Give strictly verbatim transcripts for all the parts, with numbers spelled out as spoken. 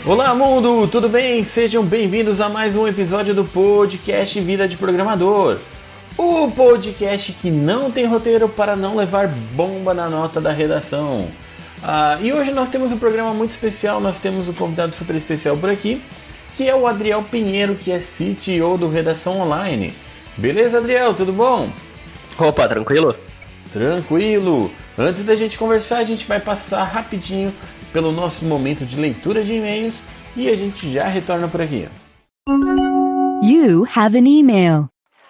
Olá mundo, tudo bem? Sejam bem-vindos a mais um episódio do podcast Vida de Programador. O podcast que não tem roteiro para não levar bomba na nota da redação. Ah, e hoje nós temos um programa muito especial, nós temos um convidado super especial por aqui, que é o Adriel Pinheiro, que é C T O do Redação Online. Beleza, Adriel? Tudo bom? Opa, tranquilo? Tranquilo! Antes da gente conversar, a gente vai passar rapidinho pelo nosso momento de leitura de e-mails e a gente já retorna por aqui. You have an email.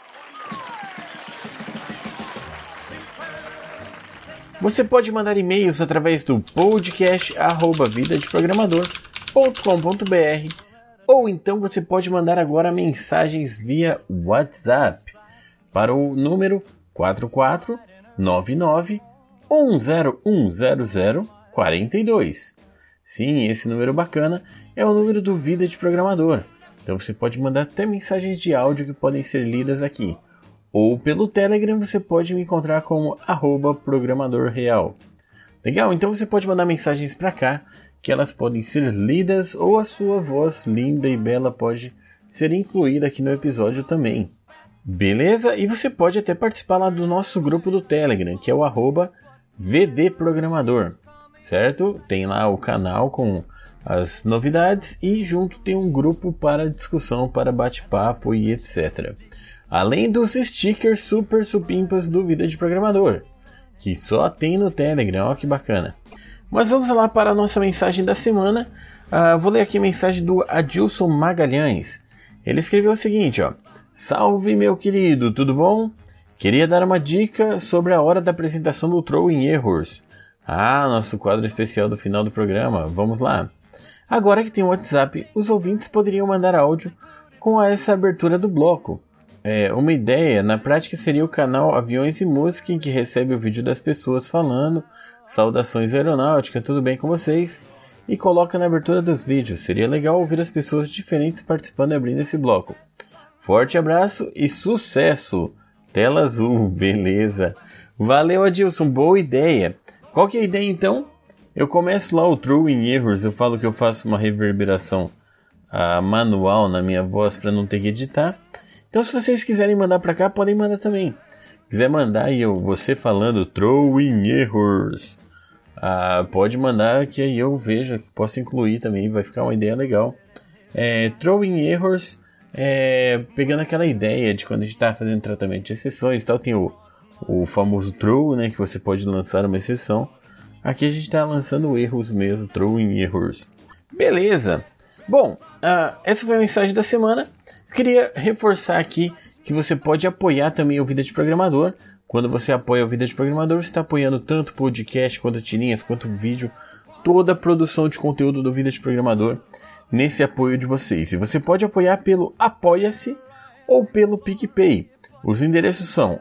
Você pode mandar e-mails através do podcast arroba vida de programador ponto com ponto b r ou então você pode mandar agora mensagens via WhatsApp para o número quatro quatro nove nove um zero um zero zero quatro dois. Sim, esse número bacana é o número do Vida de Programador. Então você pode mandar até mensagens de áudio que podem ser lidas aqui. Ou pelo Telegram você pode me encontrar como arroba programador real. Legal? Então você pode mandar mensagens para cá, que elas podem ser lidas ou a sua voz linda e bela pode ser incluída aqui no episódio também. Beleza? E você pode até participar lá do nosso grupo do Telegram, que é o arroba V D Programador. Certo? Tem lá o canal com as novidades e junto tem um grupo para discussão, para bate-papo e etcétera. Além dos stickers super supimpas do Vida de Programador, que só tem no Telegram, olha que bacana. Mas vamos lá para a nossa mensagem da semana. Uh, vou ler aqui a mensagem do Adilson Magalhães. Ele escreveu o seguinte, ó. Salve meu querido, tudo bom? Queria dar uma dica sobre a hora da apresentação do Throwing Errors. Ah, nosso quadro especial do final do programa. Vamos lá. Agora que tem o WhatsApp, os ouvintes poderiam mandar áudio com essa abertura do bloco. É, uma ideia, na prática, seria o canal Aviões e Música, em que recebe o vídeo das pessoas falando, saudações aeronáuticas, tudo bem com vocês? E coloca na abertura dos vídeos. Seria legal ouvir as pessoas diferentes participando e abrindo esse bloco. Forte abraço e sucesso! Tela azul, beleza. Valeu, Adilson, boa ideia. Qual que é a ideia então? Eu começo lá o Throwing Errors, eu falo que eu faço uma reverberação uh, manual na minha voz para não ter que editar. Então se vocês quiserem mandar para cá, podem mandar também. Se quiser mandar e eu, você falando Throwing Errors, uh, pode mandar que aí eu veja, posso incluir também, vai ficar uma ideia legal. É, Throwing Errors, é, pegando aquela ideia de quando a gente está fazendo tratamento de exceções e tal, tem o o famoso throw, né, que você pode lançar uma exceção. Aqui a gente está lançando erros mesmo, throwing errors. Beleza. Bom, uh, essa foi a mensagem da semana. Eu queria reforçar aqui que você pode apoiar também o Vida de Programador. Quando você apoia o Vida de Programador, você está apoiando tanto o podcast, quanto tirinhas, quanto o vídeo, toda a produção de conteúdo do Vida de Programador nesse apoio de vocês. E você pode apoiar pelo Apoia-se ou pelo PicPay. Os endereços são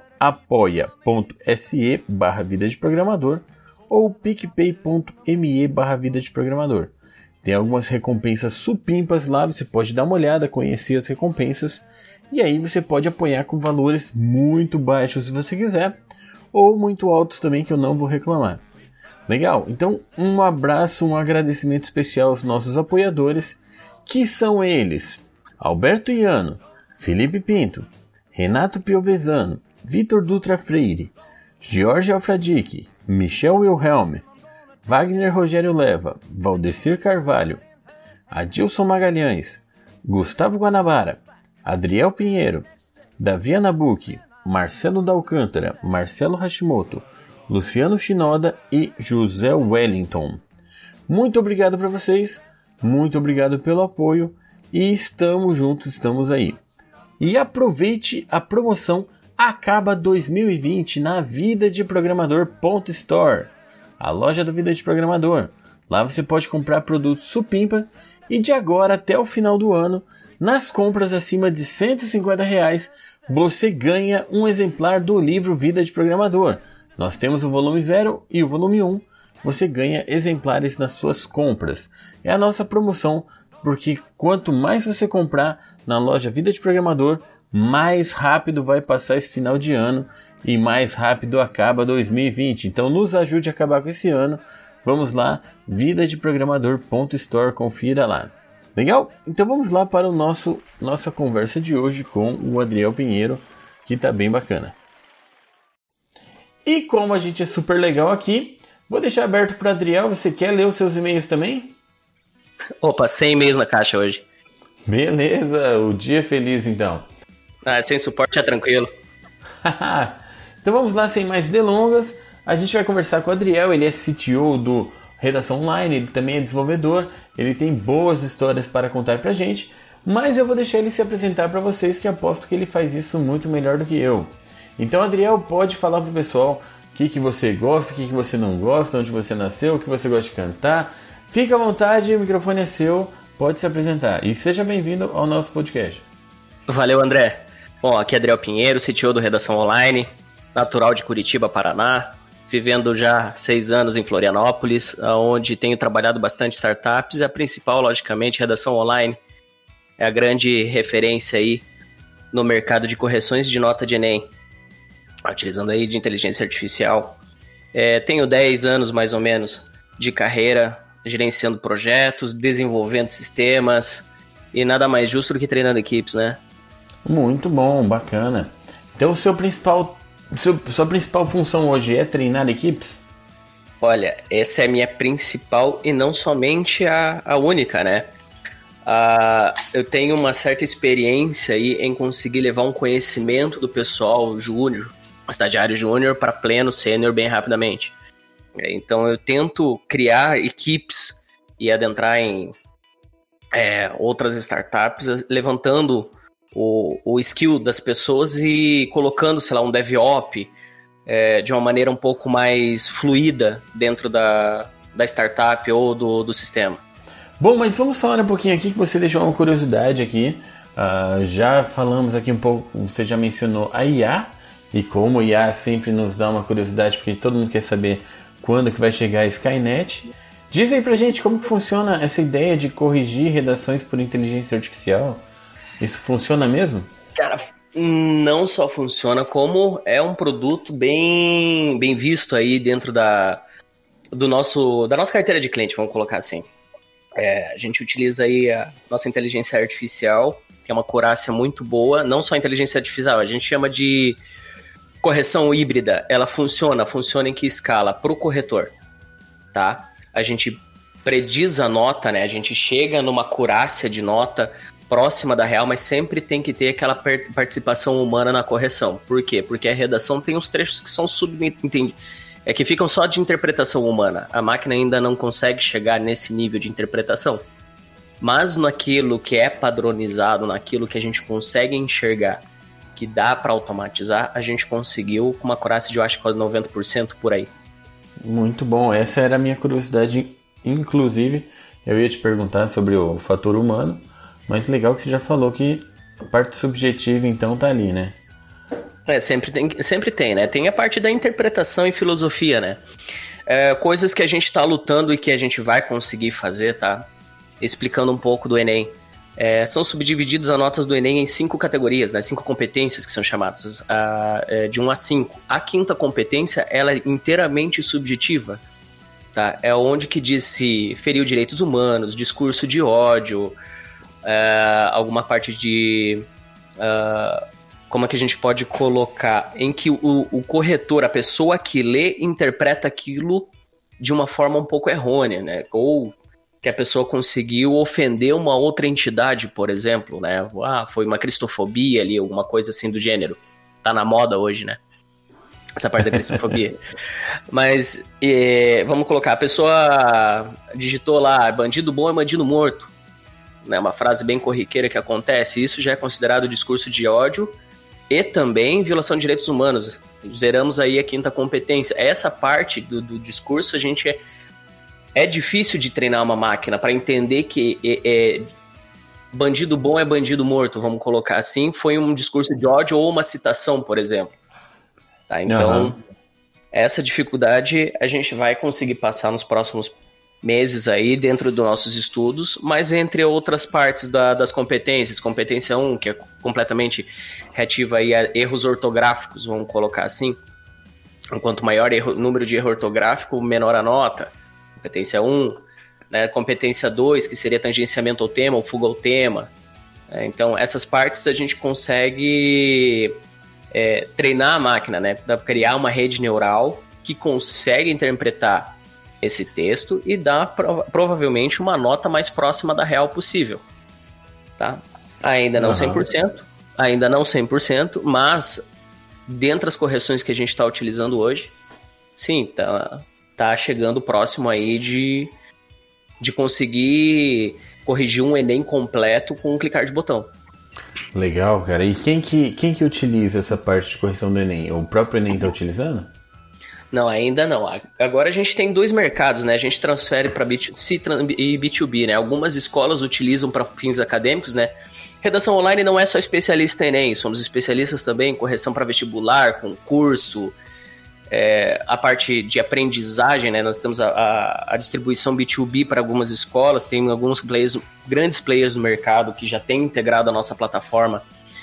apoia.se barra vida de programador ou picpay.me barra vida de programador. Tem algumas recompensas supimpas lá, você pode dar uma olhada, conhecer as recompensas e aí você pode apoiar com valores muito baixos se você quiser ou muito altos também, que eu não vou reclamar. Legal? Então um abraço, um agradecimento especial aos nossos apoiadores, que são eles: Alberto Iano, Felipe Pinto, Renato Piovesano, Vitor Dutra Freire, Jorge Alfradique, Michel Wilhelm, Wagner Rogério Leva, Valdecir Carvalho, Adilson Magalhães, Gustavo Guanabara, Adriel Pinheiro, Davi Anabuki, Marcelo Dalcântara, Marcelo Hashimoto, Luciano Shinoda e José Wellington. Muito obrigado para vocês, muito obrigado pelo apoio e estamos juntos, estamos aí. E aproveite a promoção Acaba dois mil e vinte na vida de programador ponto store, a loja da Vida de Programador. Lá você pode comprar produtos supimpa e de agora até o final do ano, nas compras acima de cento e cinquenta reais, você ganha um exemplar do livro Vida de Programador. Nós temos o volume zero e o volume um, você ganha exemplares nas suas compras. É a nossa promoção, porque quanto mais você comprar na loja Vida de Programador, mais rápido vai passar esse final de ano e mais rápido acaba dois mil e vinte. Então nos ajude a acabar com esse ano. Vamos lá, vida de programador ponto store, confira lá. Legal? Então vamos lá para o nosso nossa conversa de hoje com o Adriel Pinheiro, que tá bem bacana. E como a gente é super legal aqui, vou deixar aberto para o Adriel. Você quer ler os seus e-mails também? Opa, cem e-mails na caixa hoje. Beleza, o dia feliz então. Ah, sem suporte é tranquilo. Então vamos lá, sem mais delongas. A gente vai conversar com o Adriel. Ele é C T O do Redação Online, ele também é desenvolvedor, ele tem boas histórias para contar pra gente, mas eu vou deixar ele se apresentar para vocês, que aposto que ele faz isso muito melhor do que eu. Então, Adriel, pode falar pro pessoal o que, que você gosta, o que, que você não gosta, onde você nasceu, o que você gosta de cantar. Fica à vontade, o microfone é seu, pode se apresentar. E seja bem-vindo ao nosso podcast. Valeu, André. Bom, aqui é Adriel Pinheiro, C T O do Redação Online, natural de Curitiba, Paraná. Vivendo já seis anos em Florianópolis, onde tenho trabalhado bastante startups. A principal, logicamente, Redação Online, é a grande referência aí no mercado de correções de nota de Enem, utilizando aí de inteligência artificial. É, tenho dez anos, mais ou menos, de carreira, gerenciando projetos, desenvolvendo sistemas, e nada mais justo do que treinando equipes, né? Muito bom, bacana. Então, o seu principal... Seu, sua principal função hoje é treinar equipes? Olha, essa é a minha principal e não somente a, a única, né? Uh, eu tenho uma certa experiência aí em conseguir levar um conhecimento do pessoal júnior, estagiário júnior, para pleno sênior bem rapidamente. Então eu tento criar equipes e adentrar em é, outras startups, levantando O, o skill das pessoas e colocando, sei lá, um DevOps é, de uma maneira um pouco mais fluida dentro da, da startup ou do, do sistema. Bom, mas vamos falar um pouquinho aqui, que você deixou uma curiosidade aqui. Uh, já falamos aqui um pouco, você já mencionou a I A, e como a I A sempre nos dá uma curiosidade, porque todo mundo quer saber quando que vai chegar a Skynet. Diz aí pra gente como que funciona essa ideia de corrigir redações por inteligência artificial. Isso funciona mesmo? Cara, não só funciona, como é um produto bem, bem visto aí dentro da, do nosso, da nossa carteira de cliente, vamos colocar assim. É, a gente utiliza aí a nossa inteligência artificial, que é uma acurácia muito boa, não só inteligência artificial, a gente chama de correção híbrida. Ela funciona, funciona em que escala? Para o corretor, tá? A gente prediz a nota, né? A gente chega numa acurácia de nota próxima da real, mas sempre tem que ter aquela participação humana na correção. Por quê? Porque a redação tem uns trechos que são subentendidos, é que ficam só de interpretação humana. A máquina ainda não consegue chegar nesse nível de interpretação. Mas naquilo que é padronizado, naquilo que a gente consegue enxergar, que dá para automatizar, a gente conseguiu com uma acurácia de, eu acho, quase noventa por cento por aí. Muito bom, essa era a minha curiosidade. Inclusive, eu ia te perguntar sobre o fator humano, mas legal que você já falou que a parte subjetiva então tá ali, né? É, sempre tem, sempre tem, né? Tem a parte da interpretação e filosofia, né? É, coisas que a gente tá lutando e que a gente vai conseguir fazer, tá? Explicando um pouco do Enem. É, são subdivididas as notas do Enem em cinco categorias, né? Cinco competências que são chamadas, a, é, de um a cinco. A quinta competência, ela é inteiramente subjetiva, tá? É onde que diz se feriu direitos humanos, discurso de ódio... Uh, alguma parte de uh, como é que a gente pode colocar em que o, o corretor, a pessoa que lê, interpreta aquilo de uma forma um pouco errônea, né? Ou que a pessoa conseguiu ofender uma outra entidade, por exemplo, né? Ah, foi uma cristofobia ali, alguma coisa assim do gênero. Tá na moda hoje, né? Essa parte da cristofobia. Mas eh, vamos colocar, a pessoa digitou lá, bandido bom é bandido morto. Né, uma frase bem corriqueira que acontece, isso já é considerado discurso de ódio e também violação de direitos humanos. Zeramos aí a quinta competência. Essa parte do, do discurso, a gente é, é difícil de treinar uma máquina para entender que é, é, bandido bom é bandido morto, vamos colocar assim, foi um discurso de ódio ou uma citação, por exemplo. Tá, então, uhum. Essa dificuldade a gente vai conseguir passar nos próximos meses aí dentro dos nossos estudos, mas entre outras partes da, das competências, competência um, que é completamente reativa aí a erros ortográficos, vamos colocar assim, quanto maior o número de erro ortográfico, menor a nota, competência um, né? Competência dois, que seria tangenciamento ao tema ou fuga ao tema. É, então, essas partes a gente consegue é, treinar a máquina, né? Para criar uma rede neural que consegue interpretar esse texto e dar prova- provavelmente uma nota mais próxima da real possível. Tá? Ainda não uhum. cem por cento, ainda não cem por cento, mas dentre as correções que a gente está utilizando hoje, sim, tá, tá chegando próximo aí de, de conseguir corrigir um Enem completo com um clicar de botão. Legal, cara. E quem que, quem que utiliza essa parte de correção do Enem? O próprio Enem está utilizando? Não, ainda não. Agora a gente tem dois mercados, né? A gente transfere para B dois C e B dois B, né? Algumas escolas utilizam para fins acadêmicos, né? Redação online não é só especialista em Enem, somos especialistas também em correção para vestibular, concurso, é, a parte de aprendizagem, né? Nós temos a, a, a distribuição B dois B para algumas escolas, tem alguns players, grandes players no mercado que já têm integrado a nossa plataforma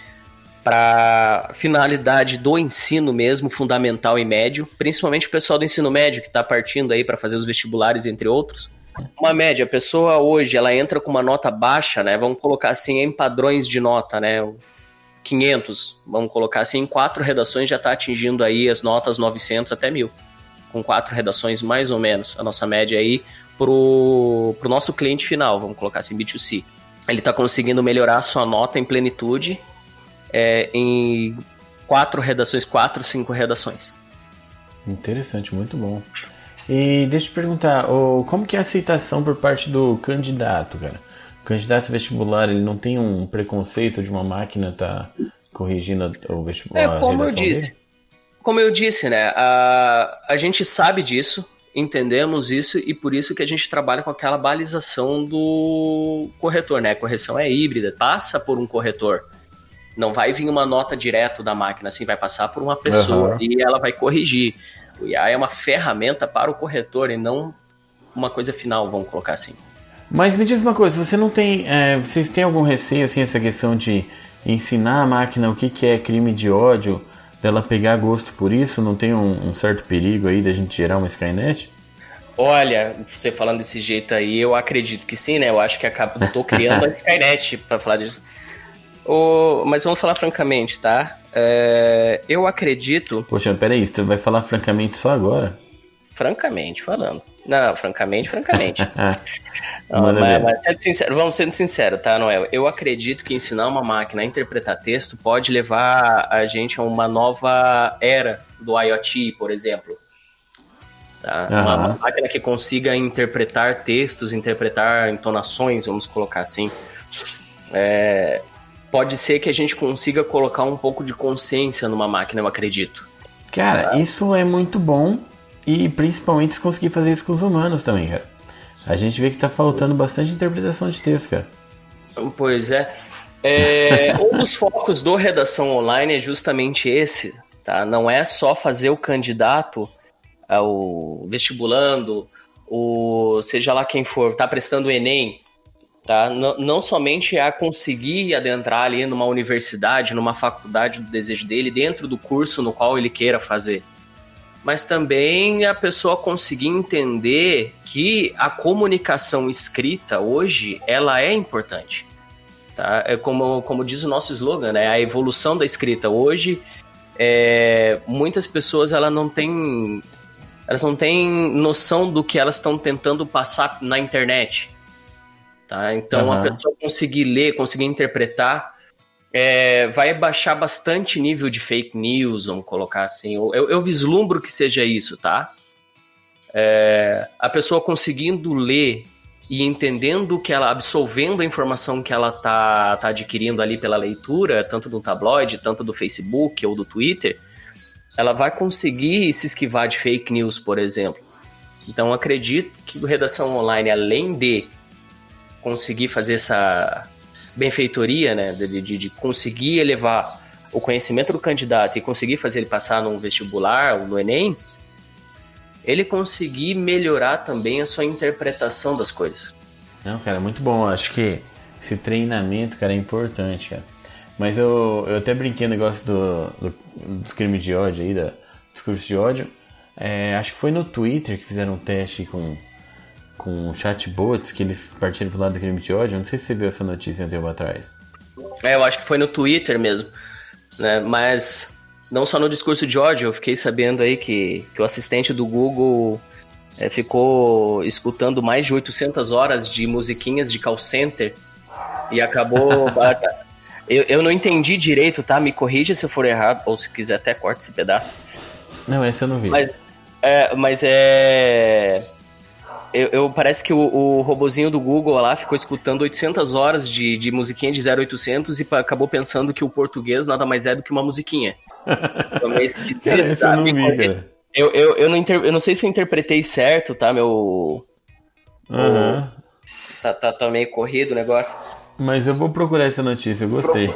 para finalidade do ensino mesmo, fundamental e médio, principalmente o pessoal do ensino médio que está partindo aí para fazer os vestibulares, entre outros. Uma média, a pessoa hoje, ela entra com uma nota baixa, né, vamos colocar assim em padrões de nota, né, quinhentos, vamos colocar assim, em quatro redações já está atingindo aí as notas novecentos até mil, com quatro redações mais ou menos, a nossa média aí pro, pro nosso cliente final, vamos colocar assim, B dois C. Ele está conseguindo melhorar a sua nota em plenitude, É, em quatro redações, quatro, cinco redações. Interessante, muito bom. E deixa eu te perguntar, oh, como que é a aceitação por parte do candidato, cara? O candidato vestibular, ele não tem um preconceito de uma máquina tá corrigindo o vestibular? É, como eu disse, dele? como eu disse, né, a, a gente sabe disso, entendemos isso e por isso que a gente trabalha com aquela balização do corretor, né? A correção é híbrida, passa por um corretor. Não vai vir uma nota direto da máquina, assim, vai passar por uma pessoa uhum. e ela vai corrigir. O I A é uma ferramenta para o corretor e não uma coisa final, vamos colocar assim. Mas me diz uma coisa, você não tem, é, vocês têm algum receio, assim, essa questão de ensinar a máquina o que, que é crime de ódio, dela pegar gosto por isso? Não tem um, um certo perigo aí da gente gerar uma Skynet? Olha, você falando desse jeito aí, eu acredito que sim, né? Eu acho que acabo, tô criando a Skynet para falar disso. Oh, mas vamos falar francamente, tá? É, eu acredito... Poxa, peraí, você vai falar francamente só agora? Francamente falando. Não, francamente, francamente. Não, mas, mas sendo sincero, vamos sendo sinceros, tá, Noel? Eu acredito que ensinar uma máquina a interpretar texto pode levar a gente a uma nova era do IoT, por exemplo. Tá? Uhum. Uma, uma máquina que consiga interpretar textos, interpretar entonações, vamos colocar assim. É... Pode ser que a gente consiga colocar um pouco de consciência numa máquina, eu acredito. Cara, ah. isso é muito bom e principalmente se conseguir fazer isso com os humanos também, cara. A gente vê que tá faltando bastante interpretação de texto, cara. Pois é. é um dos focos do Redação Online é justamente esse, tá? Não é só fazer o candidato, o vestibulando, o seja lá quem for, tá prestando o Enem, tá? Não, não somente a conseguir adentrar ali numa universidade, numa faculdade do desejo dele, dentro do curso no qual ele queira fazer, mas também a pessoa conseguir entender que a comunicação escrita hoje, ela é importante, tá? É como, como diz o nosso slogan, né? A evolução da escrita. Hoje, é, muitas pessoas elas não têm, elas não têm noção do que elas estão tentando passar na internet. Tá? Então, uhum. a pessoa conseguir ler, conseguir interpretar, é, vai baixar bastante nível de fake news, vamos colocar assim. Eu, eu vislumbro que seja isso, tá? É, a pessoa conseguindo ler e entendendo que ela, absorvendo a informação que ela tá, tá adquirindo ali pela leitura, tanto do tabloide, tanto do Facebook ou do Twitter, ela vai conseguir se esquivar de fake news, por exemplo. Então, acredito que o Redação Online, além de conseguir fazer essa benfeitoria, né, de, de, de conseguir elevar o conhecimento do candidato e conseguir fazer ele passar num vestibular ou no Enem, ele conseguir melhorar também a sua interpretação das coisas. Não, cara, muito bom. Acho que esse treinamento, cara, é importante, cara. Mas eu, eu até brinquei no negócio do, do, dos crimes de ódio aí, da discurso de ódio. É, acho que foi no Twitter que fizeram um teste com... com chatbots, que eles partiram pro lado do crime de ódio. Não sei se você viu essa notícia um tempo atrás. É, eu acho que foi no Twitter mesmo, né? Mas não só no discurso de ódio, eu fiquei sabendo aí que, que o assistente do Google é, ficou escutando mais de oitocentas horas de musiquinhas de call center e acabou... eu, eu não entendi direito, tá? Me corrija se eu for errado, ou se quiser até corta esse pedaço. Não, essa eu não vi. Mas é... Mas é... Eu, eu, parece que o, o robozinho do Google lá ficou escutando oitocentas horas de, de musiquinha de zero oitocentos e acabou pensando que o português nada mais é do que uma musiquinha. Também esquisito, cara, essa eu não vi, cara. Eu, eu, eu, não inter... eu não sei se eu interpretei certo, tá, meu... Uhum. O... Tá, tá, tá meio corrido o negócio. Mas eu vou procurar essa notícia, eu gostei.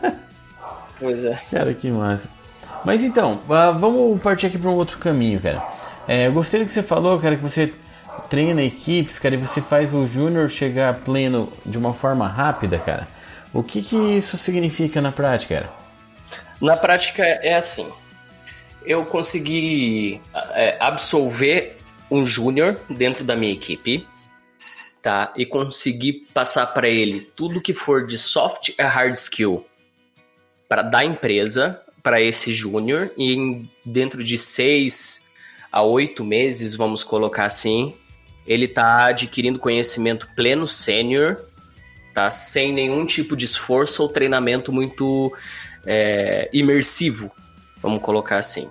Pois é. Cara, que massa. Mas então, uh, vamos partir aqui para um outro caminho, cara. É, eu gostei do que você falou, cara, que você treina equipes, cara, e você faz o júnior chegar pleno de uma forma rápida, cara. O que que isso significa na prática, cara? Na prática é assim. Eu consegui é, absolver um júnior dentro da minha equipe, tá? E consegui passar para ele tudo que for de soft e hard skill para da empresa para esse júnior e em, dentro de seis a oito meses, vamos colocar assim, ele tá adquirindo conhecimento pleno sênior, tá? Sem nenhum tipo de esforço ou treinamento muito é, imersivo, vamos colocar assim.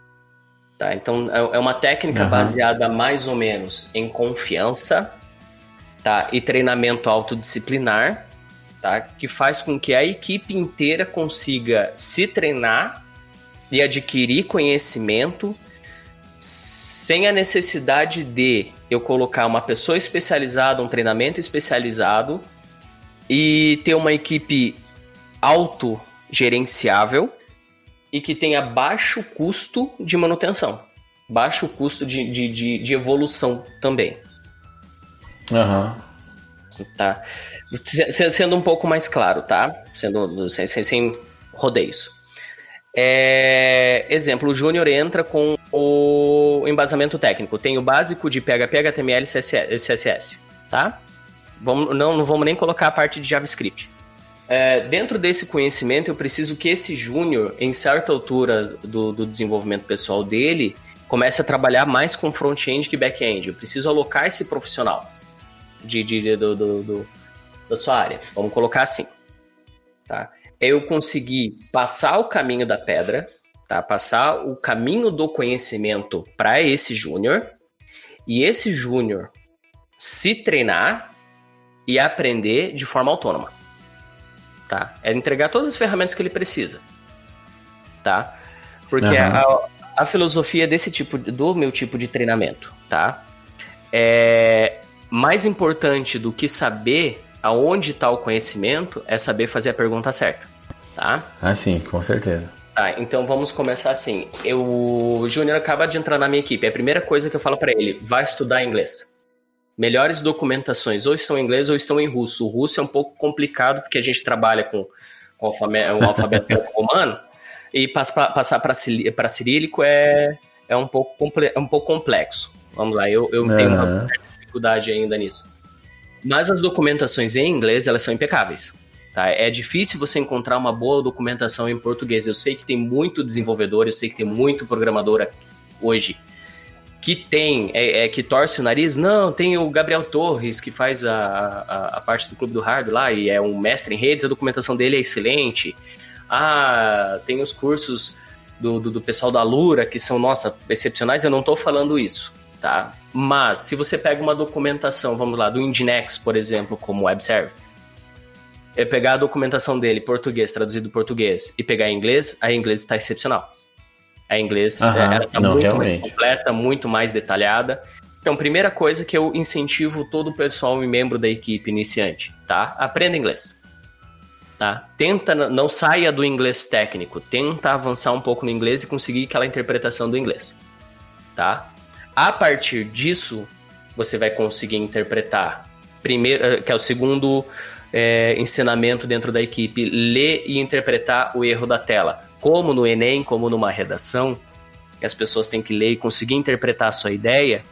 Tá? Então, é uma técnica uhum. baseada mais ou menos em confiança, tá? E treinamento autodisciplinar, tá? Que faz com que a equipe inteira consiga se treinar e adquirir conhecimento sem a necessidade de eu colocar uma pessoa especializada, um treinamento especializado e ter uma equipe autogerenciável e que tenha baixo custo de manutenção, baixo custo de, de, de, de evolução também. Aham. Uhum. Tá. Sendo um pouco mais claro, tá? Sendo, sem, sem, sem rodeios. É, exemplo, o Júnior entra com o embasamento técnico. Tem o básico de P H P, H T M L e C S S, tá? Vamos, não, não vamos nem colocar a parte de JavaScript. É, dentro desse conhecimento, eu preciso que esse Júnior, em certa altura do, do desenvolvimento pessoal dele, comece a trabalhar mais com front-end que back-end. Eu preciso alocar esse profissional de, de, do, do, do, da sua área. Vamos colocar assim, tá? Eu consegui passar o caminho da pedra, tá? Passar o caminho do conhecimento para esse júnior, e esse júnior se treinar e aprender de forma autônoma, tá? É entregar todas as ferramentas que ele precisa, tá? Porque uhum. a, a filosofia desse tipo, do meu tipo de treinamento, tá? É mais importante do que saber aonde está o conhecimento é saber fazer a pergunta certa, tá? Ah, sim, com certeza. Tá, então vamos começar assim. Eu, o Júnior acaba de entrar na minha equipe. A primeira coisa que eu falo para ele, vai estudar inglês. Melhores documentações ou estão em inglês ou estão em russo. O russo é um pouco complicado porque a gente trabalha com, com o alfabeto romano e passar para cirílico é, é, um pouco comple, é um pouco complexo. Vamos lá, eu, eu uhum. tenho uma certa dificuldade ainda nisso. Mas as documentações em inglês, elas são impecáveis. Tá? É difícil você encontrar uma boa documentação em português. Eu sei que tem muito desenvolvedor, eu sei que tem muito programador hoje que tem, é, é, que torce o nariz. Não, tem o Gabriel Torres, que faz a, a, a parte do Clube do Hard lá, e é um mestre em redes, a documentação dele é excelente. Ah, tem os cursos do, do, do pessoal da Lura, que são, nossa, excepcionais. Eu não estou falando isso, tá? Mas, se você pega uma documentação, vamos lá, do Nginx, por exemplo, como web server, é pegar a documentação dele, português, traduzido para português, e pegar em inglês, a inglês está excepcional. A inglês uhum, ela está muito realmente. mais completa, muito mais detalhada. Então, primeira coisa que eu incentivo todo o pessoal e membro da equipe iniciante, tá? Aprenda inglês. Tá? Tenta, não saia do inglês técnico, tenta avançar um pouco no inglês e conseguir aquela interpretação do inglês. Tá? A partir disso, você vai conseguir interpretar, primeiro, que é o segundo é, ensinamento dentro da equipe, ler e interpretar o erro da tela. Como no Enem, como numa redação, que as pessoas têm que ler e conseguir interpretar a sua ideia,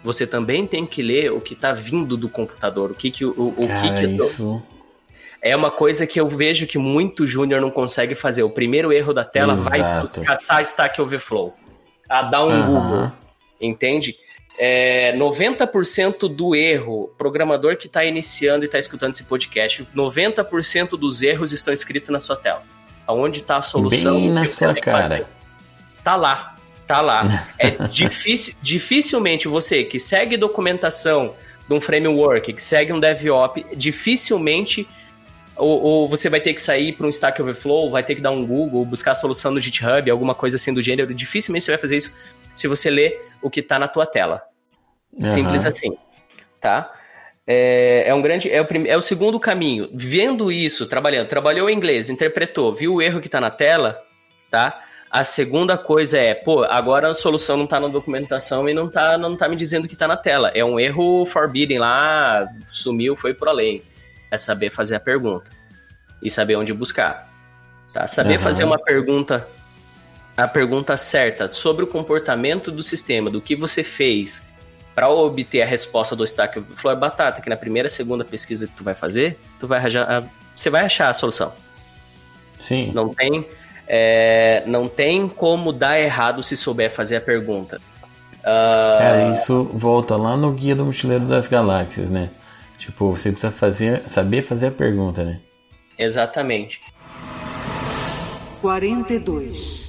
você também tem que ler o que está vindo do computador, o que que o, o Cara, que que isso... é uma coisa que eu vejo que muito júnior não consegue fazer. O primeiro erro da tela Exato. vai caçar Stack Overflow, a dar um Uhum. Google, entende? É, noventa por cento do erro, programador que está iniciando e está escutando esse podcast, noventa por cento dos erros estão escritos na sua tela. Aonde está a solução? Bem na que você sua tem que cara. fazer. Tá lá, tá lá. É difícil, dificilmente você que segue documentação de um framework, que segue um DevOps, dificilmente ou, ou você vai ter que sair para um Stack Overflow, vai ter que dar um Google, buscar a solução no GitHub, alguma coisa assim do gênero. Dificilmente você vai fazer isso se você ler o que está na tua tela. Uhum. Simples assim, tá? É, é, um grande, é, o prim, é o segundo caminho. Vendo isso, trabalhando, trabalhou em inglês, interpretou, viu o erro que está na tela, tá? A segunda coisa é, pô, agora a solução não está na documentação e não está não tá me dizendo que está na tela. É um erro forbidden lá, sumiu, foi pro além. É saber fazer a pergunta e saber onde buscar, tá? Saber uhum. fazer uma pergunta, a pergunta certa sobre o comportamento do sistema, do que você fez para obter a resposta do Stack Overflow é batata, que na primeira, segunda pesquisa que tu vai fazer, tu vai achar, você vai achar a solução. Sim. Não tem, é, não tem como dar errado se souber fazer a pergunta. Uh... Cara, isso volta lá no Guia do Mochileiro das Galáxias, né? Tipo, você precisa fazer, saber fazer a pergunta, né? Exatamente. quarenta e dois.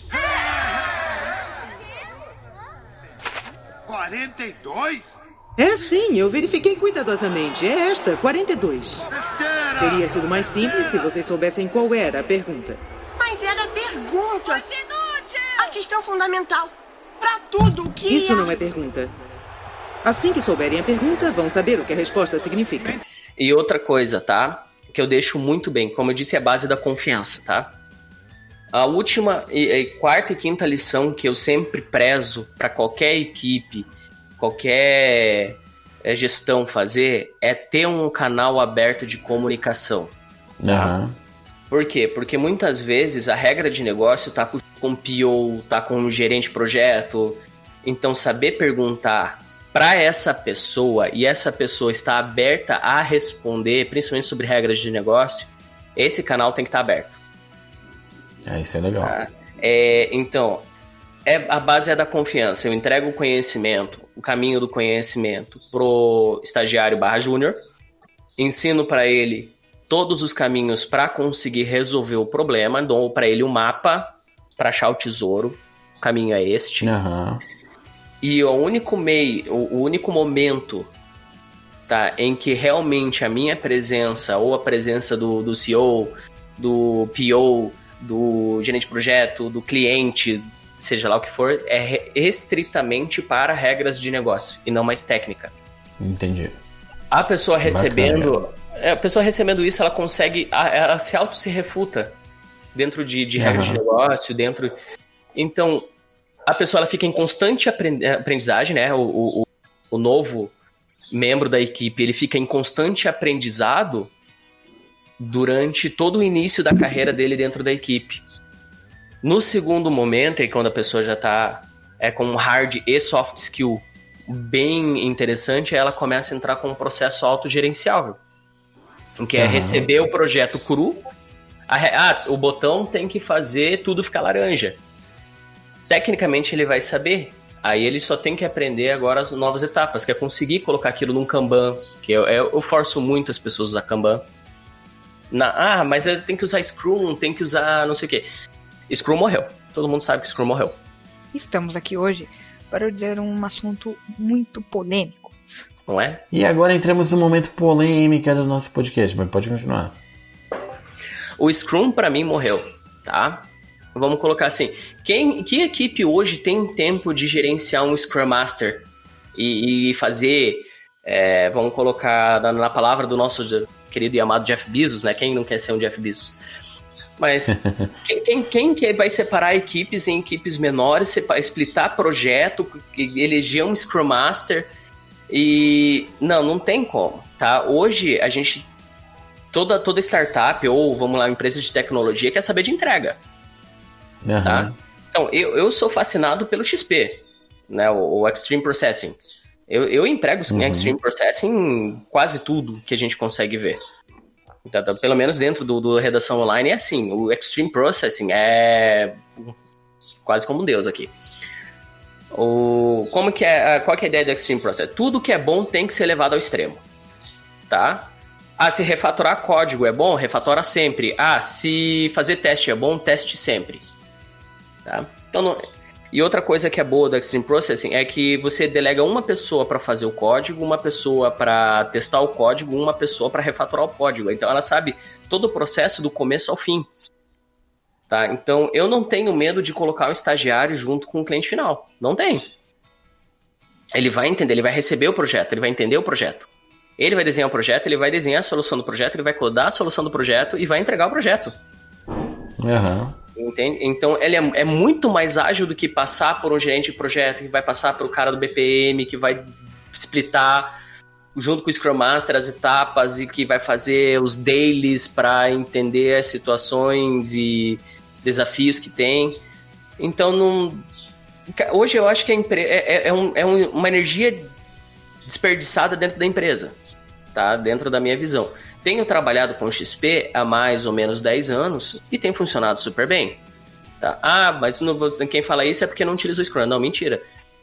quarenta e dois? É sim, eu verifiquei cuidadosamente. É esta, quarenta e dois. Besteira! Teria sido mais simples se vocês soubessem qual era a pergunta. Mas era a pergunta. A questão fundamental. Pra tudo o que... Isso não é pergunta. Assim que souberem a pergunta, vão saber o que a resposta significa. E outra coisa, tá? Que eu deixo muito bem. Como eu disse, é a base da confiança, tá? A última, e, e quarta e quinta lição que eu sempre prezo para qualquer equipe, qualquer é, gestão fazer, é ter um canal aberto de comunicação. Tá? Uhum. Por quê? Porque muitas vezes a regra de negócio tá com, com o P O, tá com o gerente de projeto. Então, saber perguntar para essa pessoa e essa pessoa está aberta a responder, principalmente sobre regras de negócio, esse canal tem que estar aberto. É, isso é legal. Tá? É, então, é, a base é da confiança. Eu entrego o conhecimento, o caminho do conhecimento pro estagiário barra júnior, ensino para ele todos os caminhos para conseguir resolver o problema, dou para ele o mapa para achar o tesouro. O caminho é este. Uhum. E o único meio, o único momento, tá, em que realmente a minha presença ou a presença do, do C E O, do P O, do gerente de projeto, do cliente, seja lá o que for, é estritamente para regras de negócio e não mais técnica. Entendi. A pessoa recebendo, a pessoa recebendo isso, ela consegue, ela se auto se refuta dentro de, de regras uhum. de negócio, dentro. Então a pessoa ela fica em constante aprendizagem, né? O, o, o novo membro da equipe, ele fica em constante aprendizado durante todo o início da carreira dele dentro da equipe. No segundo momento, é quando a pessoa já está é, com um hard e soft skill bem interessante, ela começa a entrar com um processo autogerenciável, que é uhum. receber o projeto cru. Ah, o botão tem que fazer tudo ficar laranja. Tecnicamente ele vai saber, aí ele só tem que aprender agora as novas etapas, que é conseguir colocar aquilo num Kanban, que eu, eu, eu forço muito as pessoas a usar Kanban. Na, ah, mas tem que usar Scrum, tem que usar não sei o quê. Scrum morreu, todo mundo sabe que Scrum morreu. Estamos aqui hoje para dizer um assunto muito polêmico. Não é? E agora entramos no momento polêmico do nosso podcast, mas pode continuar. O Scrum pra mim morreu, tá? Vamos colocar assim, quem, que equipe hoje tem tempo de gerenciar um Scrum Master e, e fazer, é, vamos colocar na, na palavra do nosso querido e amado Jeff Bezos, né? Quem não quer ser um Jeff Bezos? Mas quem, quem, quem que vai separar equipes em equipes menores, separar, splitar projeto, eleger um Scrum Master e... Não, não tem como, tá? Hoje a gente, toda, toda startup ou, vamos lá, empresa de tecnologia quer saber de entrega. Uhum. Tá? Então, eu, eu sou fascinado pelo X P, né, o, o Extreme Processing. Eu, eu emprego Uhum. Extreme Processing em quase tudo que a gente consegue ver. Então, tá, pelo menos dentro do, do Redação Online é assim, o Extreme Processing é quase como um deus aqui. O, como que é, qual que é a ideia do Extreme Processing? Tudo que é bom tem que ser levado ao extremo, tá? Ah, se refatorar código é bom, refatora sempre. Ah, se fazer teste é bom, teste sempre. Tá? Então, não... E outra coisa que é boa do Extreme Processing é que você delega uma pessoa para fazer o código, uma pessoa para testar o código, uma pessoa para refatorar o código. Então ela sabe todo o processo do começo ao fim. Tá? Então eu não tenho medo de colocar um estagiário junto com o cliente final. Não tem. Ele vai entender, ele vai receber o projeto, ele vai entender o projeto. Ele vai desenhar o projeto, ele vai desenhar a solução do projeto, ele vai codar a solução do projeto e vai entregar o projeto. Aham. Entende? Então ele é, é muito mais ágil do que passar por um gerente de projeto, que vai passar por o cara do B P M, que vai splitar junto com o Scrum Master as etapas e que vai fazer os dailies para entender as situações e desafios que tem. Então não... hoje eu acho que a empre... é, é, um, é uma energia desperdiçada dentro da empresa, tá? Dentro da minha visão. Tenho trabalhado com X P há mais ou menos dez anos e tem funcionado super bem. Tá? Ah, mas não, quem fala isso é porque não utiliza o Scrum. Não, mentira.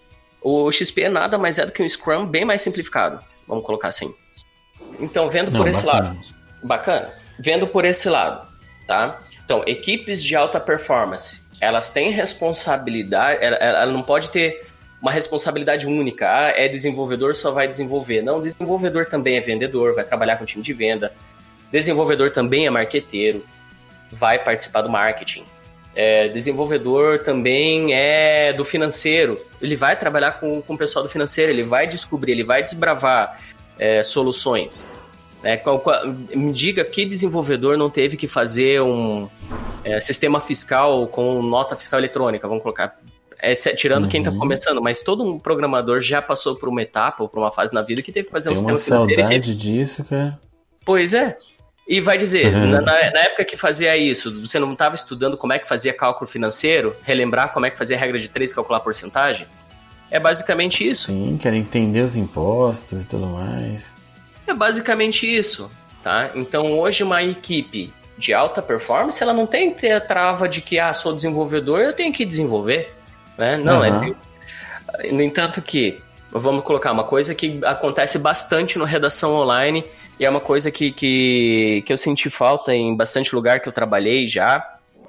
O X P é nada mais é do que um Scrum bem mais simplificado. Vamos colocar assim. Então, vendo Não, por esse bacana. lado. Bacana. Vendo por esse lado, tá? Então, equipes de alta performance, elas têm responsabilidade, ela, ela não pode ter uma responsabilidade única. Ah, é desenvolvedor, só vai desenvolver. Não, desenvolvedor também é vendedor, vai trabalhar com time de venda. Desenvolvedor também é marqueteiro, vai participar do marketing. É, desenvolvedor também é do financeiro, ele vai trabalhar com, com o pessoal do financeiro, ele vai descobrir, ele vai desbravar é, soluções. É, qual, qual, me diga que desenvolvedor não teve que fazer um é, sistema fiscal com nota fiscal eletrônica, vamos colocar... É, tirando uhum. quem está começando, mas todo um programador já passou por uma etapa ou por uma fase na vida que teve que fazer Tem um sistema uma financeiro. Saudade E... disso, cara. Pois é. E vai dizer, Uhum. na, na época que fazia isso, você não estava estudando como é que fazia cálculo financeiro, relembrar como é que fazia a regra de três, calcular porcentagem? É basicamente isso. Sim, quero entender os impostos e tudo mais. É basicamente isso, tá? Então hoje uma equipe de alta performance, ela não tem que ter a trava de que, ah, sou desenvolvedor, eu tenho que desenvolver. Né? Não, uhum. é, no entanto que, vamos colocar uma coisa que acontece bastante no Redação Online e é uma coisa que, que, que eu senti falta em bastante lugar que eu trabalhei já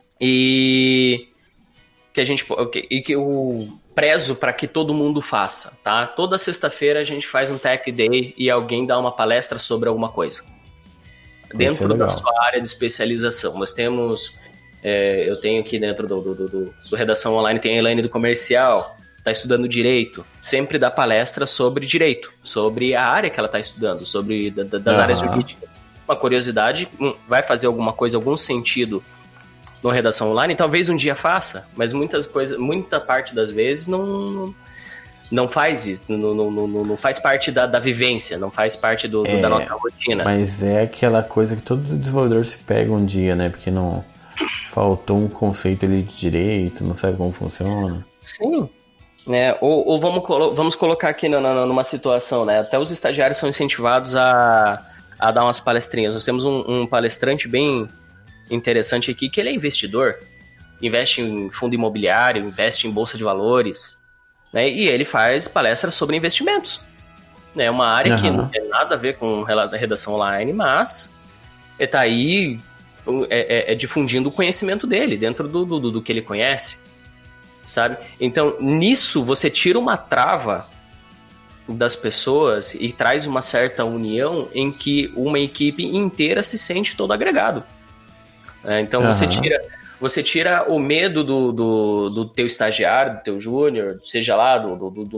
e que a gente e que eu prezo para que todo mundo faça, tá? Toda sexta-feira a gente faz um Tech Day e alguém dá uma palestra sobre alguma coisa dentro da sua área de especialização. Nós temos... É, eu tenho aqui dentro do, do, do, do Redação Online, tem a Elaine do Comercial, está estudando Direito, sempre dá palestra sobre Direito, sobre a área que ela está estudando, sobre da, da, das uhum. áreas jurídicas. Uma curiosidade, hum, vai fazer alguma coisa, algum sentido no Redação Online? Talvez um dia faça, mas muitas coisas, muita parte das vezes não, não faz isso, não, não, não, não faz parte da, da vivência, não faz parte do, é, da nossa rotina. Mas é aquela coisa que todo desenvolvedor se pega um dia, né? Porque não... faltou um conceito ali de direito, não sabe como funciona. Sim. É, ou ou vamos, colo- vamos colocar aqui na, na, numa situação, né? Até os estagiários são incentivados a, a dar umas palestrinhas. Nós temos um, um palestrante bem interessante aqui, que ele é investidor, investe em fundo imobiliário, investe em bolsa de valores, né? E ele faz palestras sobre investimentos. É uma área uhum. que não tem nada a ver com redação online, mas ele tá aí... É, é, é difundindo o conhecimento dele dentro do, do, do que ele conhece, sabe? Então, nisso você tira uma trava das pessoas e traz uma certa união em que uma equipe inteira se sente todo agregado. É, então, uhum. você tira você tira o medo do, do, do teu estagiário, do teu júnior, seja lá, do, do, do, do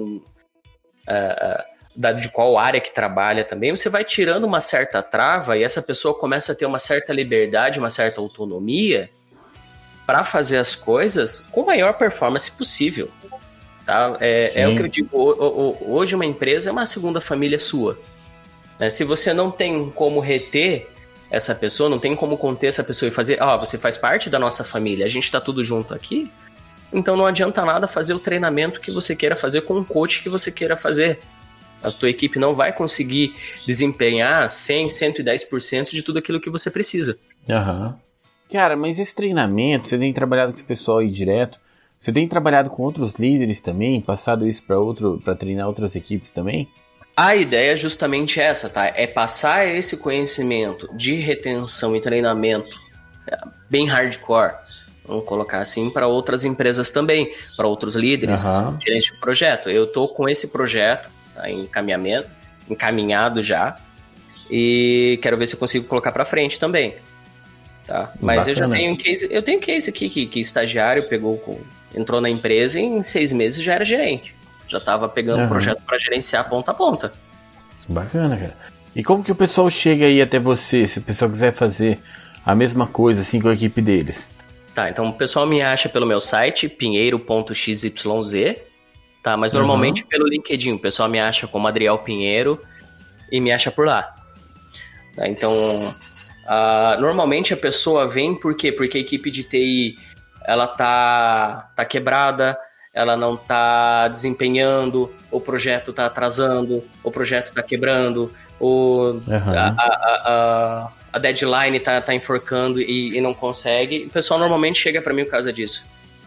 uh, Da, de qual área que trabalha também, você vai tirando uma certa trava e essa pessoa começa a ter uma certa liberdade, uma certa autonomia para fazer as coisas com a maior performance possível. Tá? É, é o que eu digo, hoje uma empresa é uma segunda família sua. Né? Se você não tem como reter essa pessoa, não tem como conter essa pessoa e fazer, ó, oh, você faz parte da nossa família, a gente tá tudo junto aqui, então não adianta nada fazer o treinamento que você queira fazer com o coach que você queira fazer. A tua equipe não vai conseguir desempenhar cem, cento e dez por cento de tudo aquilo que você precisa. Aham. Uhum. Cara, mas esse treinamento, você tem trabalhado com esse pessoal aí direto? Você tem trabalhado com outros líderes também? Passado isso para outro, para treinar outras equipes também? A ideia é justamente essa, tá? É passar esse conhecimento de retenção e treinamento bem hardcore, vamos colocar assim, para outras empresas também, para outros líderes, uhum. gerentes de projeto. Eu tô com esse projeto, tá, em encaminhamento, encaminhado já, e quero ver se eu consigo colocar para frente também, tá? Mas bacana. eu já tenho um case, eu tenho um case aqui que, que estagiário pegou, com, entrou na empresa e em seis meses já era gerente, já tava pegando uhum. projeto para gerenciar ponta a ponta. Bacana, cara. E como que o pessoal chega aí até você, se o pessoal quiser fazer a mesma coisa assim com a equipe deles? Tá, então o pessoal me acha pelo meu site, pinheiro ponto x y z, tá? Mas normalmente uhum. pelo LinkedIn, o pessoal me acha como Adriel Pinheiro e me acha por lá. Tá, então, uh, normalmente a pessoa vem por quê? Porque a equipe de T I, ela tá, tá quebrada, ela não tá desempenhando, o projeto tá atrasando, o projeto tá quebrando, o, uhum. a, a, a, a deadline tá, tá enforcando e, e não consegue. O pessoal normalmente chega para mim por causa disso.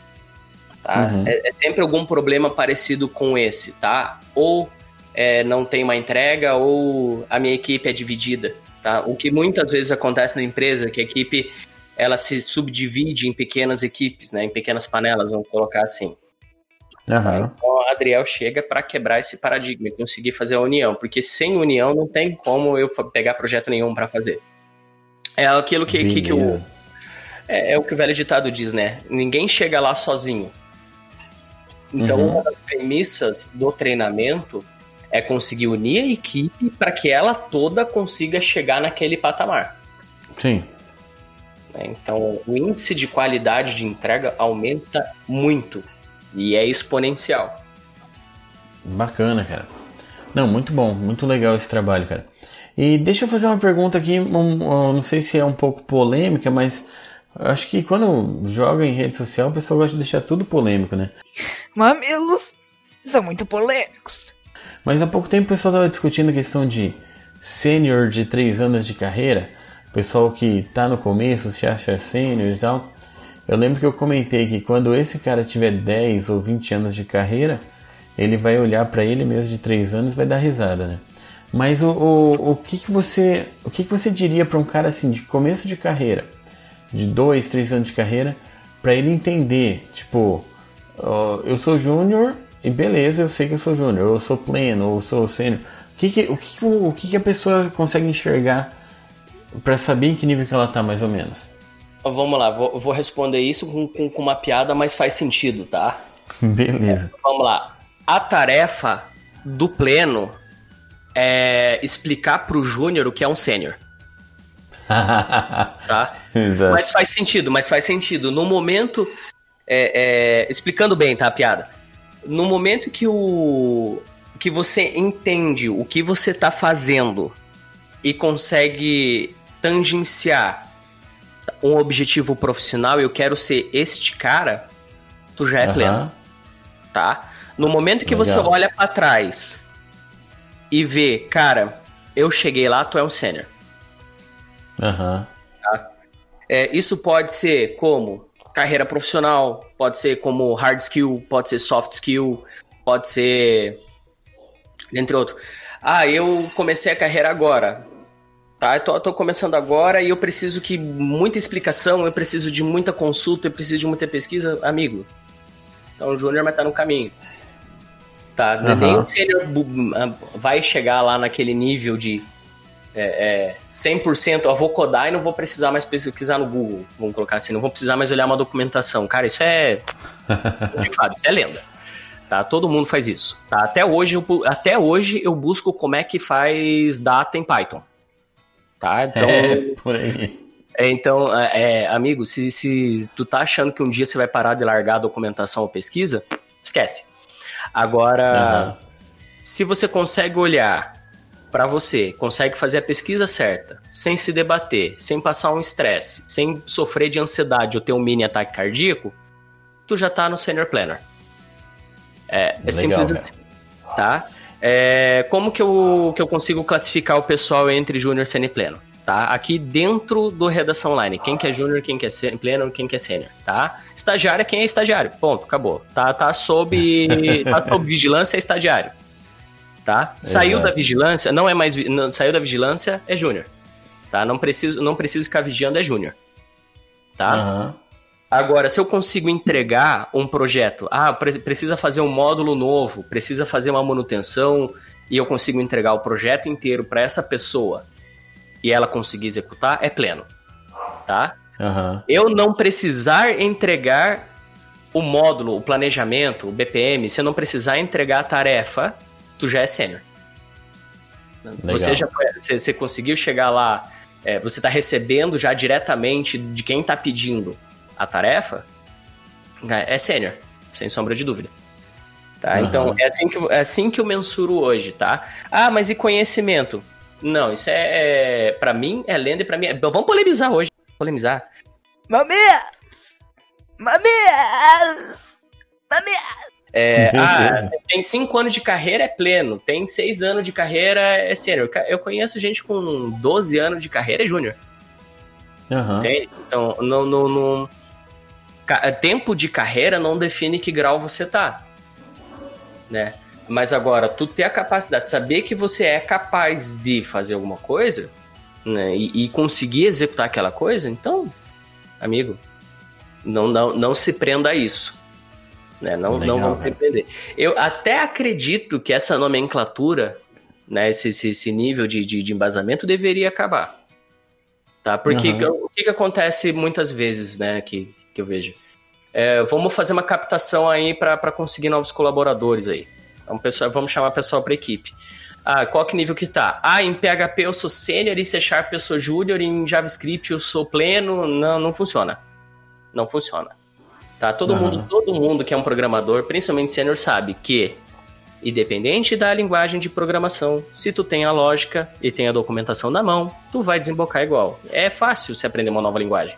Tá? Uhum. É, é sempre algum problema parecido com esse, tá? Ou é, não tem uma entrega, ou a minha equipe é dividida, tá? O que muitas vezes acontece na empresa, que a equipe ela se subdivide em pequenas equipes, né? Em pequenas panelas, vamos colocar assim. Uhum. Então o Adriel chega para quebrar esse paradigma e conseguir fazer a união, porque sem união não tem como eu pegar projeto nenhum para fazer. É aquilo que, que, que o é, é o que o velho ditado diz, né? Ninguém chega lá sozinho. Então, uhum. uma das premissas do treinamento é conseguir unir a equipe para que ela toda consiga chegar naquele patamar. Sim. Então, o índice de qualidade de entrega aumenta muito e é exponencial. Bacana, cara. Não, muito bom, muito legal esse trabalho, cara. E deixa eu fazer uma pergunta aqui, um, um, não sei se é um pouco polêmica, mas acho que quando joga em rede social, o pessoal gosta de deixar tudo polêmico, né? Mamilos são muito polêmicos. Mas há pouco tempo o pessoal estava discutindo a questão de sênior de três anos de carreira. O pessoal que tá no começo se acha sênior e tal. Eu lembro que eu comentei que quando esse cara tiver dez ou vinte anos de carreira, ele vai olhar para ele mesmo de três anos e vai dar risada, né? Mas o, o, o, que, que, você, o que, que você diria para um cara assim de começo de carreira, de dois, três anos de carreira, para ele entender, tipo, uh, eu sou júnior e beleza, eu sei que eu sou júnior, eu sou pleno, ou eu sou sênior. O que, que, o, que, o que, que a pessoa consegue enxergar para saber em que nível que ela tá, mais ou menos? Vamos lá, vou, vou responder isso com, com, com uma piada, mas faz sentido, tá? Beleza. É, vamos lá. A tarefa do pleno é explicar pro júnior o que é um sênior. Tá? Exato. Mas faz sentido, mas faz sentido. No momento, é, é, explicando bem, tá, a piada? No momento que, o, que você entende o que você tá fazendo e consegue tangenciar um objetivo profissional, eu quero ser este cara, tu já é uhum. pleno. Tá? No momento que Legal. Você olha pra trás e vê, cara, eu cheguei lá, tu é um sênior. Uhum. Tá? É, isso pode ser como carreira profissional, pode ser como hard skill, pode ser soft skill, pode ser, entre outros. Ah, eu comecei a carreira agora, tá? Eu tô, eu tô começando agora e eu preciso que muita explicação, eu preciso de muita consulta, eu preciso de muita pesquisa, amigo. Então o júnior vai estar no caminho. Tá? Uhum. Nem o sênior vai chegar lá naquele nível de é, é, cem por cento, eu vou codar e não vou precisar mais pesquisar no Google, vamos colocar assim, não vou precisar mais olhar uma documentação. Cara, isso é de fato, isso é lenda. Tá? Todo mundo faz isso. Tá? Até, hoje, eu, até hoje eu busco como é que faz data em Python. Tá? Então, é, por aí. Então, é, amigo, se, se tu tá achando que um dia você vai parar de largar a documentação ou pesquisa, esquece. Agora, uhum. se você consegue olhar para você, consegue fazer a pesquisa certa, sem se debater, sem passar um estresse, sem sofrer de ansiedade ou ter um mini ataque cardíaco, tu já tá no Senior Planner. É, é simples assim, tá? É, como que eu, que eu consigo classificar o pessoal entre júnior, sênior e pleno? Tá? Aqui dentro do Redação Online, quem que é júnior, quem que é pleno, quem que é sênior, tá? Estagiário é quem é estagiário, ponto, acabou. Tá, tá, sob, tá sob vigilância, é estagiário, tá? Saiu Exato. da vigilância, não é mais, não, saiu da vigilância, é júnior, tá? Não preciso, não preciso ficar vigiando, é júnior, tá? Uhum. Agora, se eu consigo entregar um projeto, ah, pre- precisa fazer um módulo novo, precisa fazer uma manutenção, e eu consigo entregar o projeto inteiro para essa pessoa, e ela conseguir executar, é pleno, tá? Uhum. Eu não precisar entregar o módulo, o planejamento, o B P M, se eu não precisar entregar a tarefa, tu já é sênior. Você já você, você conseguiu chegar lá, é, você está recebendo já diretamente de quem está pedindo a tarefa, é sênior, sem sombra de dúvida. Tá? Uhum. Então, é assim, que, é assim que eu mensuro hoje, tá? Ah, mas e conhecimento? Não, isso é, é pra mim, é lenda e pra mim é... Vamos polemizar hoje, polemizar. Mamia! Mamia! Mamia! É, ah, tem cinco anos de carreira, é pleno. Tem seis anos de carreira, é sênior. Eu conheço gente com doze anos de carreira, é júnior. Uhum. Entende? Então, no, no, no... tempo de carreira não define que grau você tá, né? Mas agora, tu ter a capacidade de saber que você é capaz de fazer alguma coisa, né, e, e conseguir executar aquela coisa, então, amigo, não, não, não se prenda a isso. Né? Não, Legal, não vão se prender. Eu até acredito que essa nomenclatura, né, esse, esse, esse nível de, de, de embasamento deveria acabar. Tá? Porque uhum. o que, que acontece muitas vezes, né, que, que eu vejo? É, vamos fazer uma captação aí para conseguir novos colaboradores aí. Vamos, pessoal, vamos chamar o pessoal para a equipe. Ah, qual que nível que tá? Ah, em P H P eu sou sênior, em C Sharp eu sou júnior, em JavaScript eu sou pleno. Não, não funciona. Não funciona. Tá? Todo, uhum. mundo, todo mundo que é um programador, principalmente sênior, sabe que, independente da linguagem de programação, se tu tem a lógica e tem a documentação na mão, tu vai desembocar igual. É fácil você aprender uma nova linguagem.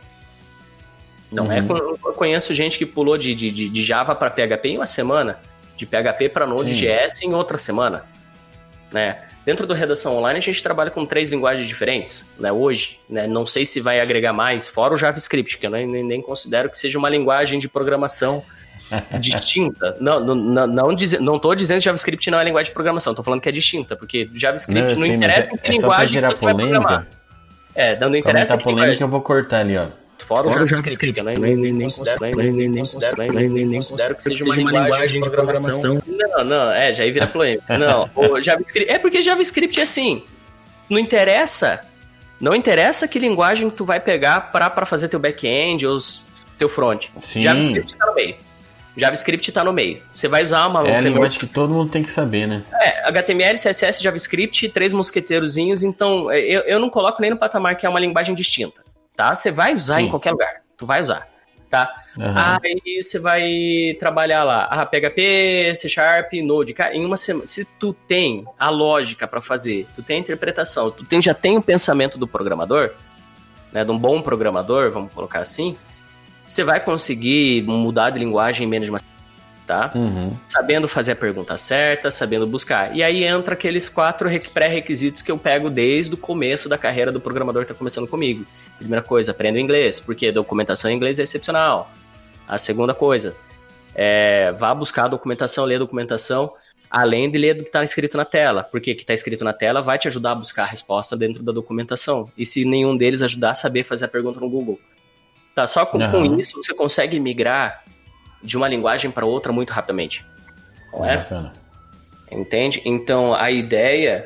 Não uhum. é? Eu conheço gente que pulou de, de, de Java para P H P em uma semana, de P H P para Node.js em outra semana. Né? Dentro do Redação Online, a gente trabalha com três linguagens diferentes, né? Hoje. Né? Não sei se vai agregar mais, fora o JavaScript, que eu nem, nem considero que seja uma linguagem de programação distinta. Não, não, não, não, diz, não tô dizendo que JavaScript não é linguagem de programação, tô falando que é distinta, porque JavaScript não, não sei, interessa em que é linguagem você polêmica. Vai programar. É, não, não interessa que polêmica linguagem. Eu vou cortar ali, ó. Fora, Fora o JavaScript, eu nem, nem, nem, nem considero, nem, nem, nem, considero, nem, nem, nem considero que seja uma linguagem de programação. Não, não, é, já aí vira polêmica. Não, o JavaScript, é porque JavaScript é assim, não interessa, não interessa que linguagem tu vai pegar para para fazer teu back-end ou teu front. Sim. JavaScript tá no meio. JavaScript tá no meio. Você vai usar uma... É a linguagem que todo mundo tem que saber, né? É, H T M L, C S S, JavaScript, três mosqueteirozinhos, então eu, eu não coloco nem no patamar que é uma linguagem distinta. Tá? Você vai usar Sim. em qualquer lugar. Tu vai usar, tá? Uhum. Aí você vai trabalhar lá. Ah, P H P, C Sharp, Node. Cara, em uma semana, se tu tem a lógica para fazer, tu tem a interpretação, tu tem, já tem o pensamento do programador, né, de um bom programador, vamos colocar assim, você vai conseguir mudar de linguagem em menos de uma semana, tá? Uhum. Sabendo fazer a pergunta certa, sabendo buscar. E aí entra aqueles quatro pré-requisitos que eu pego desde o começo da carreira do programador que está começando comigo. Primeira coisa, aprenda inglês, porque a documentação em inglês é excepcional. A segunda coisa, é, vá buscar a documentação, ler a documentação, além de ler o que está escrito na tela, porque o que está escrito na tela vai te ajudar a buscar a resposta dentro da documentação. E se nenhum deles ajudar a saber fazer a pergunta no Google. Tá, só com, uhum. com isso você consegue migrar de uma linguagem para outra muito rapidamente. Não é? Bacana. Entende? Então, a ideia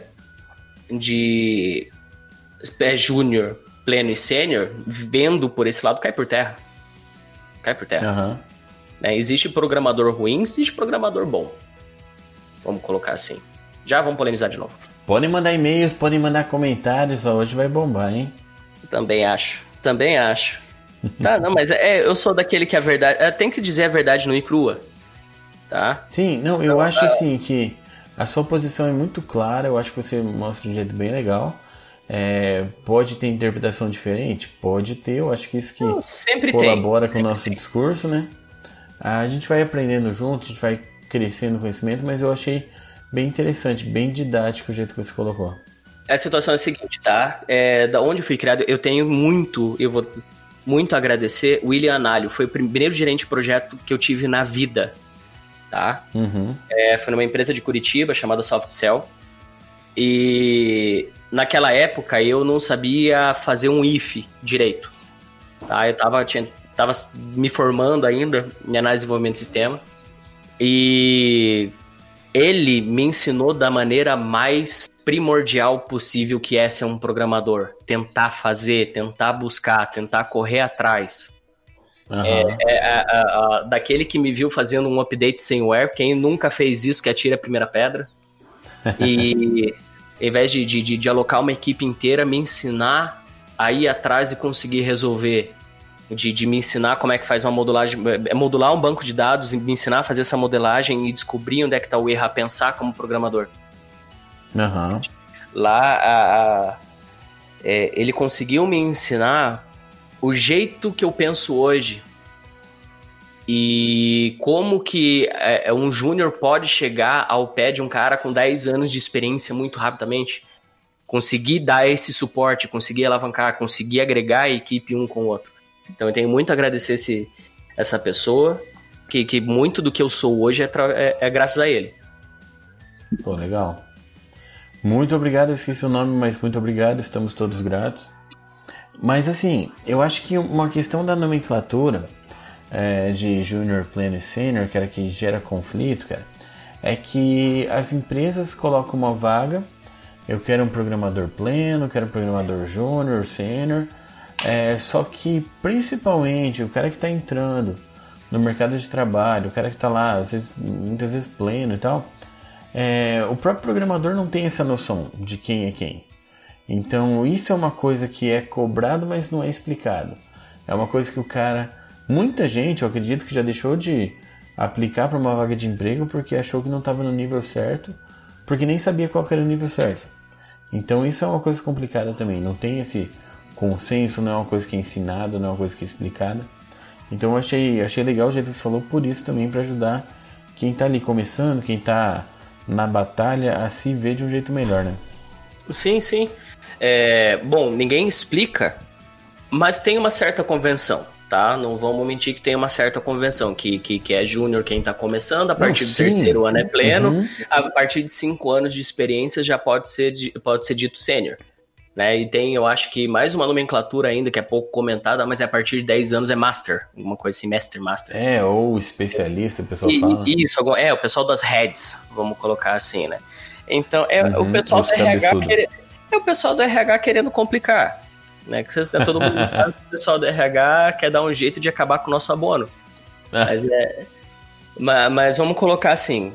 de é, júnior, pleno e sênior, vendo por esse lado, cai por terra. Cai por terra. Uhum. É, existe programador ruim, existe programador bom. Vamos colocar assim. Já vamos polemizar de novo. Podem mandar e-mails, podem mandar comentários. Ó, hoje vai bombar, hein? Também acho. Também acho. Tá, não, mas é, eu sou daquele que a verdade... É, tem que dizer a verdade nua e crua. Tá? Sim, não, eu então, acho tá... assim que a sua posição é muito clara. Eu acho que você mostra de um jeito bem legal. É, pode ter interpretação diferente? Pode ter, eu acho que isso que não, sempre colabora tem, com o nosso tem. discurso, né? A gente vai aprendendo junto, a gente vai crescendo no conhecimento, mas eu achei bem interessante, bem didático o jeito que você colocou. A situação é a seguinte, tá? É, da onde eu fui criado, eu tenho muito, eu vou muito agradecer o William Análio, foi o primeiro gerente de projeto que eu tive na vida, tá? Uhum. É, foi numa empresa de Curitiba chamada SoftCell, e naquela época eu não sabia fazer um if direito, tá? Eu tava, tinha, tava me formando ainda em análise de desenvolvimento de sistema, e ele me ensinou da maneira mais primordial possível que é ser um programador. Tentar fazer, tentar buscar, tentar correr atrás. Uhum. É, é a, a, a, daquele que me viu fazendo um update sem ware, quem nunca fez isso que atira a primeira pedra. E ao invés de, de, de, de alocar uma equipe inteira, me ensinar a ir atrás e conseguir resolver. De, de me ensinar como é que faz uma modelagem, modular um banco de dados, e me ensinar a fazer essa modelagem e descobrir onde é que está o erro, a pensar como programador. Uhum. Lá, a, a, é, ele conseguiu me ensinar o jeito que eu penso hoje e como que é, um júnior pode chegar ao pé de um cara com dez anos de experiência muito rapidamente, conseguir dar esse suporte, conseguir alavancar, conseguir agregar a equipe um com o outro. Então eu tenho muito a agradecer esse, essa pessoa, que, que muito do que eu sou hoje é, é, é graças a ele. Pô, legal. Muito obrigado, eu esqueci o nome, mas muito obrigado, estamos todos gratos. Mas assim, eu acho que uma questão da nomenclatura é, de Junior, Pleno e Senior, cara, que gera conflito, cara, é que as empresas colocam uma vaga, eu quero um programador pleno, quero um programador júnior, sênior, é, só que principalmente o cara que está entrando no mercado de trabalho, o cara que está lá, às vezes, muitas vezes pleno e tal, É, o próprio programador não tem essa noção de quem é quem. Então isso é uma coisa que é cobrado, mas não é explicado. É uma coisa que o cara... Muita gente, eu acredito que já deixou de aplicar para uma vaga de emprego porque achou que não estava no nível certo, porque nem sabia qual era o nível certo. Então isso é uma coisa complicada também. Não tem esse consenso, não é uma coisa que é ensinada, não é uma coisa que é explicada. Então eu achei, achei legal o jeito que você falou, por isso também, para ajudar quem está ali começando, quem está na batalha, a se ver de um jeito melhor, né? Sim, sim. É, bom, ninguém explica, mas tem uma certa convenção, tá? Não vamos mentir que tem uma certa convenção, que, que, que é júnior quem tá começando, a partir Não, do sim. terceiro ano é pleno, uhum. A partir de cinco anos de experiência já pode ser, pode ser dito sênior. Né? E tem, eu acho que mais uma nomenclatura ainda, que é pouco comentada, mas é a partir de dez anos é master, alguma coisa assim, master, master. É, ou especialista, o pessoal e, fala. Isso, é, o pessoal das heads, vamos colocar assim, né? Então, é uhum, o pessoal do R H querendo, é o pessoal do R H querendo complicar, né? Que vocês, todo mundo sabe que o pessoal do R H quer dar um jeito de acabar com o nosso abono. É. Mas, é, mas, mas vamos colocar assim,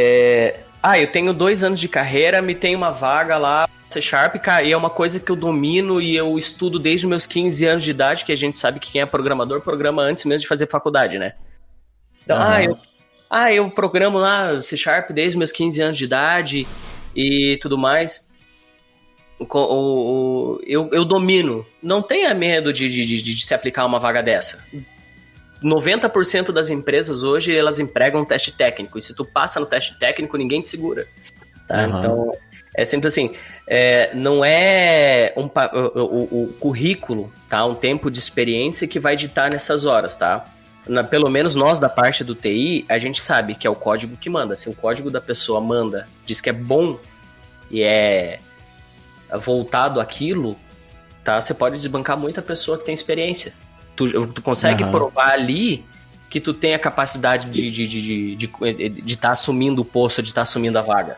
é, ah, eu tenho dois anos de carreira, me tem uma vaga lá, C Sharp, cara, e é uma coisa que eu domino e eu estudo desde os meus quinze anos de idade, que a gente sabe que quem é programador programa antes mesmo de fazer faculdade, né? Então, uhum. ah, eu, ah, eu programo lá C Sharp desde os meus quinze anos de idade e tudo mais. O, o, o, eu, eu domino. Não tenha medo de, de, de, de se aplicar uma vaga dessa. noventa por cento das empresas hoje, elas empregam um teste técnico, e se tu passa no teste técnico, ninguém te segura. Tá? Uhum. Então, é sempre assim... É, não é um, o, o, o currículo, tá? Um tempo de experiência que vai ditar nessas horas, tá? Na, pelo menos nós da parte do T I, a gente sabe que é o código que manda. Se o código da pessoa manda, diz que é bom e é voltado àquilo, tá? Você pode desbancar muita pessoa que tem experiência. Tu, tu consegue uhum. provar ali que tu tem a capacidade de estar de, de, de, de, de tá assumindo o posto, de estar tá assumindo a vaga.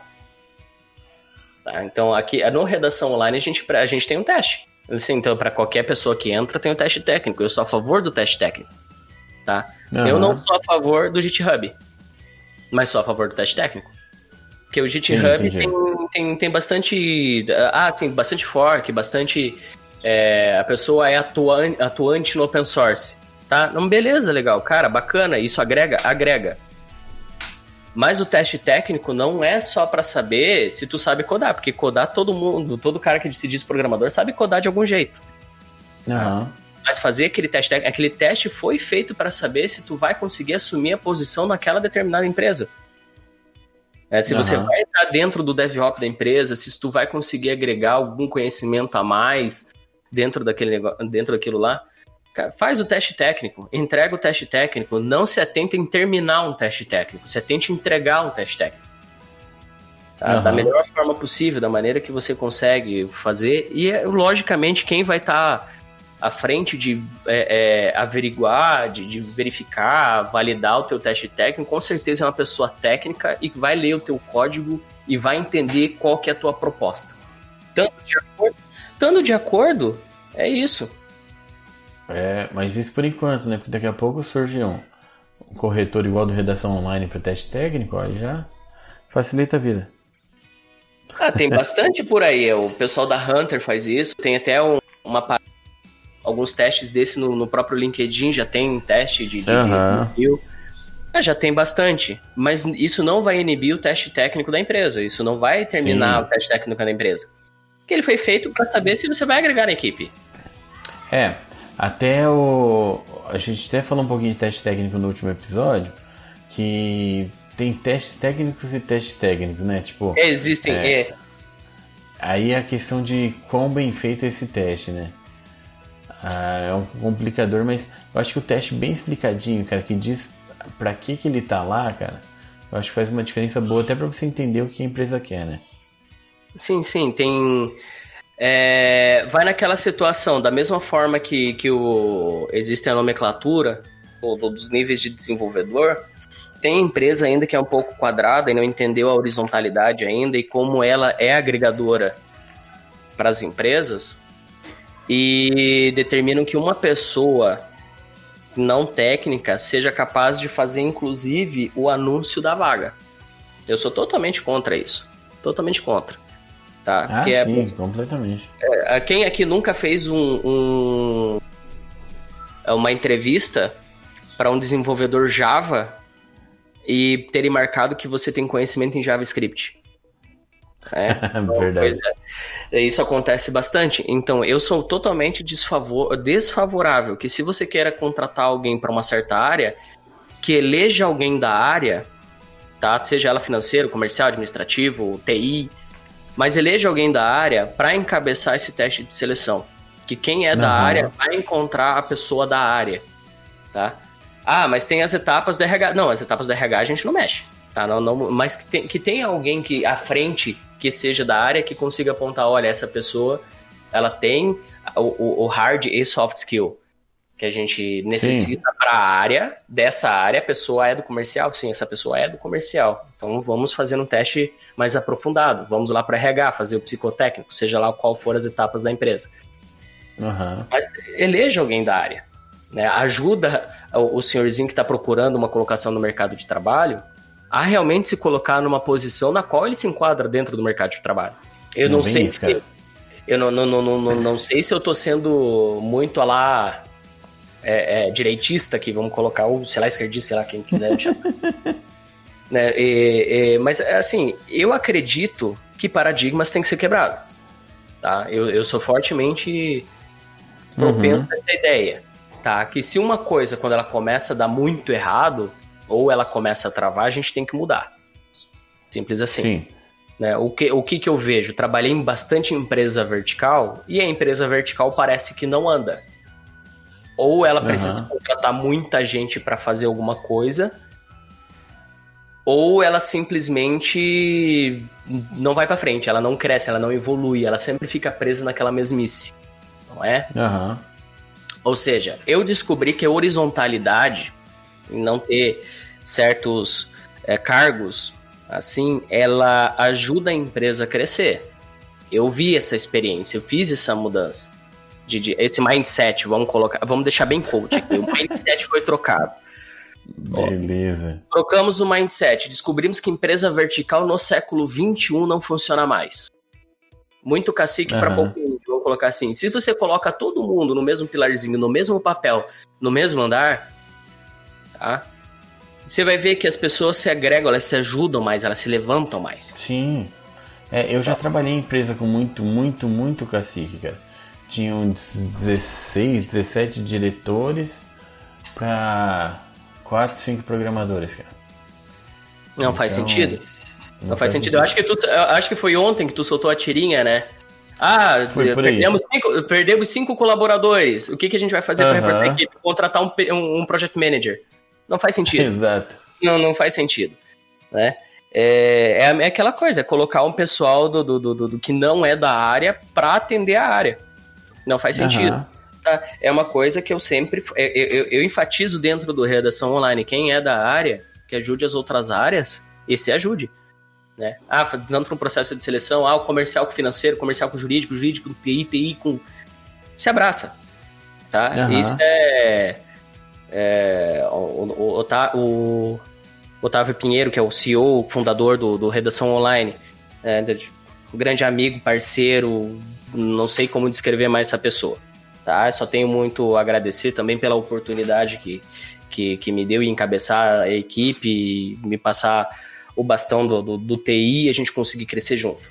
Tá, então, aqui no Redação Online a gente, a gente tem um teste. Assim, então, para qualquer pessoa que entra, tem um teste técnico. Eu sou a favor do teste técnico. Tá? Uhum. Eu não sou a favor do GitHub, mas sou a favor do teste técnico. Porque o GitHub Sim, tem, tem, tem bastante. Ah, tem bastante fork, bastante. É, a pessoa é atuante, atuante no open source. Tá? Não, beleza, legal. Cara, bacana. Isso agrega? Agrega. Mas o teste técnico não é só para saber se tu sabe codar, porque codar todo mundo, todo cara que se diz programador sabe codar de algum jeito. Uhum. Mas fazer aquele teste técnico, aquele teste foi feito para saber se tu vai conseguir assumir a posição naquela determinada empresa. É, se você Aham. vai estar dentro do DevOps da empresa, se tu vai conseguir agregar algum conhecimento a mais dentro daquele negócio, dentro daquilo lá, cara, faz o teste técnico, entrega o teste técnico, não se atenta em terminar um teste técnico, se atente em entregar um teste técnico. Tá? Aham. Da melhor forma possível, da maneira que você consegue fazer, e é, logicamente quem vai estar à frente de é, é, averiguar, de, de verificar, validar o teu teste técnico, com certeza é uma pessoa técnica e vai ler o teu código e vai entender qual que é a tua proposta. Tanto de acordo, tanto de acordo é isso. É, mas isso por enquanto, né? Porque daqui a pouco surge um, um corretor igual do Redação Online para teste técnico, aí já facilita a vida. Ah, tem bastante por aí. O pessoal da Hunter faz isso. Tem até um, uma alguns testes desse no, no próprio LinkedIn. Já tem teste de, de, Aham. de skill. Ah, já tem bastante. Mas isso não vai inibir o teste técnico da empresa. Isso não vai terminar Sim. o teste técnico da empresa. Porque ele foi feito para saber se você vai agregar na equipe. É, até o... A gente até falou um pouquinho de teste técnico no último episódio, que tem testes técnicos e testes técnicos, né? Tipo, Existem... É. É, aí é a questão de quão bem feito é esse teste, né? Ah, é um complicador, mas eu acho que o teste bem explicadinho, cara, que diz pra que que ele tá lá, cara, eu acho que faz uma diferença boa até pra você entender o que a empresa quer, né? sim, sim. Tem... É, vai naquela situação, da mesma forma que, que o, existe a nomenclatura do, do, dos níveis de desenvolvedor, tem empresa ainda que é um pouco quadrada e não entendeu a horizontalidade ainda e como ela é agregadora para as empresas e determinam que uma pessoa não técnica seja capaz de fazer inclusive o anúncio da vaga. Eu sou totalmente contra isso, totalmente contra. Tá? Ah, Porque sim, é, completamente. é, quem aqui nunca fez um, um uma entrevista para um desenvolvedor Java e terem marcado que você tem conhecimento em JavaScript? É, então, Verdade. pois é, isso acontece bastante. Então, eu sou totalmente desfavor, desfavorável que se você queira contratar alguém para uma certa área, que eleja alguém da área, tá? Seja ela financeiro, comercial, administrativo, T I, mas eleja alguém da área para encabeçar esse teste de seleção. Que quem é da Uhum. área vai encontrar a pessoa da área, tá? Ah, mas tem as etapas do R H. Não, as etapas do R H a gente não mexe, tá? Não, não, mas que, tem, que tenha alguém que à frente, que seja da área, que consiga apontar, olha, essa pessoa, ela tem o, o, o hard e soft skill que a gente necessita para a área, dessa área, a pessoa é do comercial? Sim, essa pessoa é do comercial. Então vamos fazer um teste mais aprofundado. Vamos lá para o R H, fazer o psicotécnico, seja lá qual for as etapas da empresa. Uhum. Mas eleja alguém da área, né? Ajuda o, o senhorzinho que está procurando uma colocação no mercado de trabalho a realmente se colocar numa posição na qual ele se enquadra dentro do mercado de trabalho. Eu não, Não sei isso, se... cara. Eu não, não, não, não, não sei se eu tô sendo muito a lá é, é, direitista aqui, vamos colocar, ou sei lá, esquerdista, sei lá, quem quiser chamar. Né? E, e, mas, assim, eu acredito que paradigmas têm que ser quebrados. Tá? Eu, eu sou fortemente propenso a essa ideia. Tá? Que se uma coisa, quando ela começa a dar muito errado, ou ela começa a travar, a gente tem que mudar. Simples assim. Sim. Né? O, que, o que que eu vejo? Trabalhei em bastante empresa vertical e a empresa vertical parece que não anda. Ou ela precisa Uhum. contratar muita gente para fazer alguma coisa, ou ela simplesmente não vai para frente, ela não cresce, ela não evolui, ela sempre fica presa naquela mesmice, não é? Uhum. Ou seja, eu descobri que a horizontalidade, em não ter certos é, cargos, assim, ela ajuda a empresa a crescer. Eu vi essa experiência, eu fiz essa mudança. De, de, esse mindset, vamos colocar, vamos deixar bem coach aqui. O mindset foi trocado. Beleza. Ó, trocamos o mindset, descobrimos que empresa vertical no século vinte e um não funciona mais. Muito cacique para Aham. pouco mundo, vamos colocar assim. Se você coloca todo mundo no mesmo pilarzinho, no mesmo papel, no mesmo andar, tá? Você vai ver que as pessoas se agregam, elas se ajudam mais, elas se levantam mais. Sim. É, eu já trabalhei em empresa com muito, muito, muito cacique, cara. Tinham dezesseis, dezessete diretores para quatro, cinco programadores, cara. Não faz Então, sentido? Não, não faz sentido. sentido. Eu acho que tu, eu acho que foi ontem que tu soltou a tirinha, né? Ah, perdemos cinco, perdemos cinco colaboradores. O que, que a gente vai fazer uhum. para reforçar a equipe? Contratar um, um, um project manager. Não faz sentido. Exato. Não, não faz sentido. Né? É, é aquela coisa, é colocar um pessoal do, do, do, do que não é da área para atender a área. Não faz sentido. Uhum. Tá? É uma coisa que eu sempre... Eu, eu, eu enfatizo dentro do Redação Online. Quem é da área, que ajude as outras áreas, esse ajude. Né? Ah, tanto no processo de seleção, ah, o comercial com o financeiro, comercial com o jurídico, jurídico com T I, T I com... Se abraça, tá? Uhum. Isso é... é o, o, o, o Otávio Pinheiro, que é o C E O, fundador do, do Redação Online, é, um grande amigo, parceiro, não sei como descrever mais essa pessoa, tá? Só tenho muito a agradecer também pela oportunidade que, que, que me deu em encabeçar a equipe, me passar o bastão do, do, do T I e a gente conseguir crescer junto.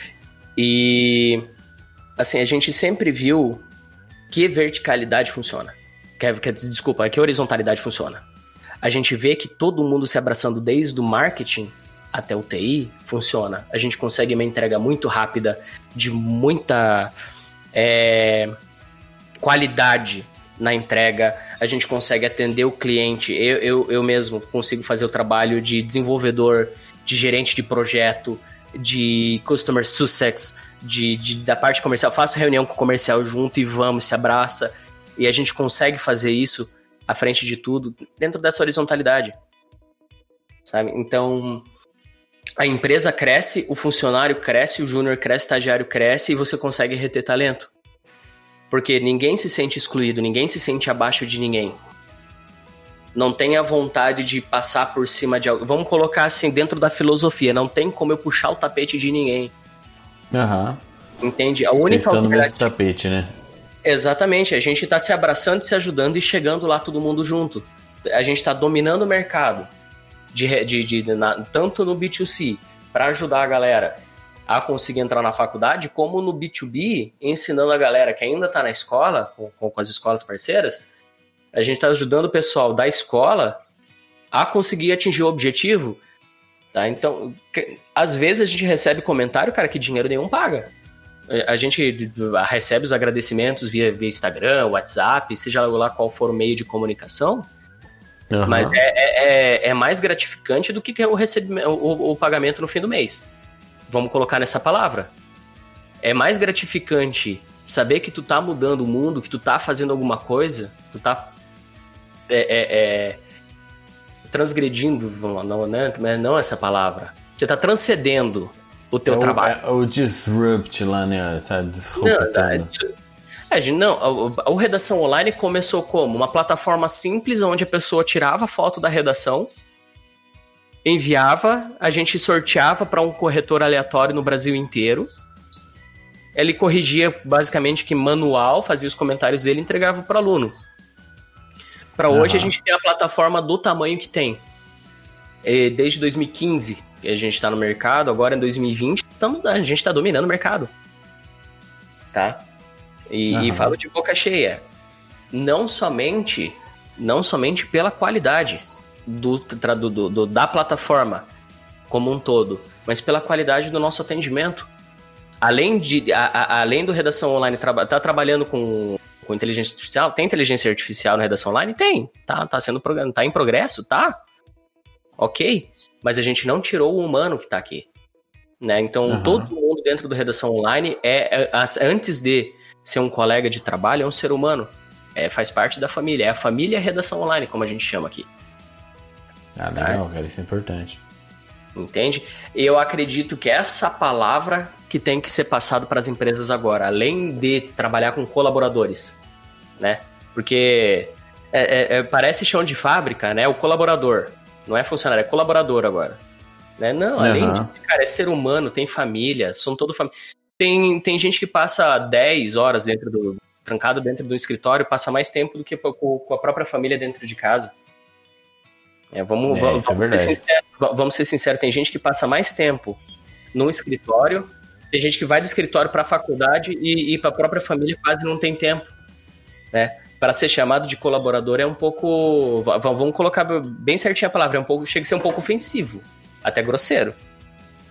E, assim, a gente sempre viu que verticalidade funciona. Que, que, desculpa, que horizontalidade funciona. A gente vê que todo mundo se abraçando desde o marketing até o T I funciona. A gente consegue uma entrega muito rápida, de muita é, qualidade na entrega, a gente consegue atender o cliente. Eu, eu, eu mesmo consigo fazer o trabalho de desenvolvedor, de gerente de projeto, de customer success, de, de, da parte comercial. Faço reunião com o comercial junto e vamos, se abraça. E a gente consegue fazer isso à frente de tudo, dentro dessa horizontalidade. Sabe? Então, a empresa cresce, o funcionário cresce, o júnior cresce, o estagiário cresce e você consegue reter talento. Porque ninguém se sente excluído, ninguém se sente abaixo de ninguém. Não tem a vontade de passar por cima de alguém. Vamos colocar assim, dentro da filosofia, não tem como eu puxar o tapete de ninguém. Aham. Uhum. Entende? A única Vocês estão no mesmo tapete, né? Exatamente, a gente tá se abraçando, se ajudando e chegando lá todo mundo junto. A gente tá dominando o mercado, de, de, de, na, tanto no B dois C, para ajudar a galera a conseguir entrar na faculdade, como no B dois B, ensinando a galera que ainda está na escola, com, com as escolas parceiras, a gente está ajudando o pessoal da escola a conseguir atingir o objetivo, tá? Então, que, às vezes a gente recebe comentário, cara, que dinheiro nenhum paga. A gente recebe os agradecimentos via, via Instagram, WhatsApp, seja lá qual for o meio de comunicação, uhum. mas é, é, é mais gratificante do que o, recebimento, o, o pagamento no fim do mês. Vamos colocar nessa palavra. É mais gratificante saber que tu tá mudando o mundo, que tu tá fazendo alguma coisa, tu tá é, é, é, transgredindo, não, né? Não essa palavra. Você tá transcendendo o teu é o, trabalho. É o disrupt lá, né? Tá disruptando. Não, não a, a, a Redação Online começou como? Uma plataforma simples onde a pessoa tirava foto da redação, enviava, a gente sorteava para um corretor aleatório no Brasil inteiro. Ele corrigia basicamente que manual, fazia os comentários dele e entregava para o aluno. Para uhum. hoje a gente tem a plataforma do tamanho que tem. E desde dois mil e quinze que a gente está no mercado, agora em dois mil e vinte tamo, a gente está dominando o mercado. Tá? E, uhum. e falo de boca cheia. Não somente, não somente pela qualidade Do, do, do, da plataforma como um todo, mas pela qualidade do nosso atendimento. Além, de, a, a, além do Redação Online traba, tá trabalhando com, com inteligência artificial, tem inteligência artificial na Redação Online? Tem. Tá, tá, sendo, tá em progresso? Tá. Ok. Mas a gente não tirou o humano que tá aqui. Né? Então, uhum. todo mundo dentro do Redação Online, é, é, antes de ser um colega de trabalho, é um ser humano. É, faz parte da família. É a família Redação Online, como a gente chama aqui. Ah, legal, cara, isso é importante. Entende? E eu acredito que essa palavra que tem que ser passada para as empresas agora, além de trabalhar com colaboradores, né? Porque é, é, é, parece chão de fábrica, né? O colaborador, não é funcionário, é colaborador agora. Né? Não, além uhum. disso, cara, é ser humano, tem família, são todo família. Tem, tem gente que passa dez horas dentro do... trancado dentro do escritório, passa mais tempo do que com, com a própria família dentro de casa. É, vamos, é, vamos, vamos, é ser sincero, vamos ser sinceros, tem gente que passa mais tempo num escritório, tem gente que vai do escritório para a faculdade e, e para a própria família quase não tem tempo, né? Para ser chamado de colaborador é um pouco, vamos colocar bem certinho a palavra, é um pouco, chega a ser um pouco ofensivo, até grosseiro,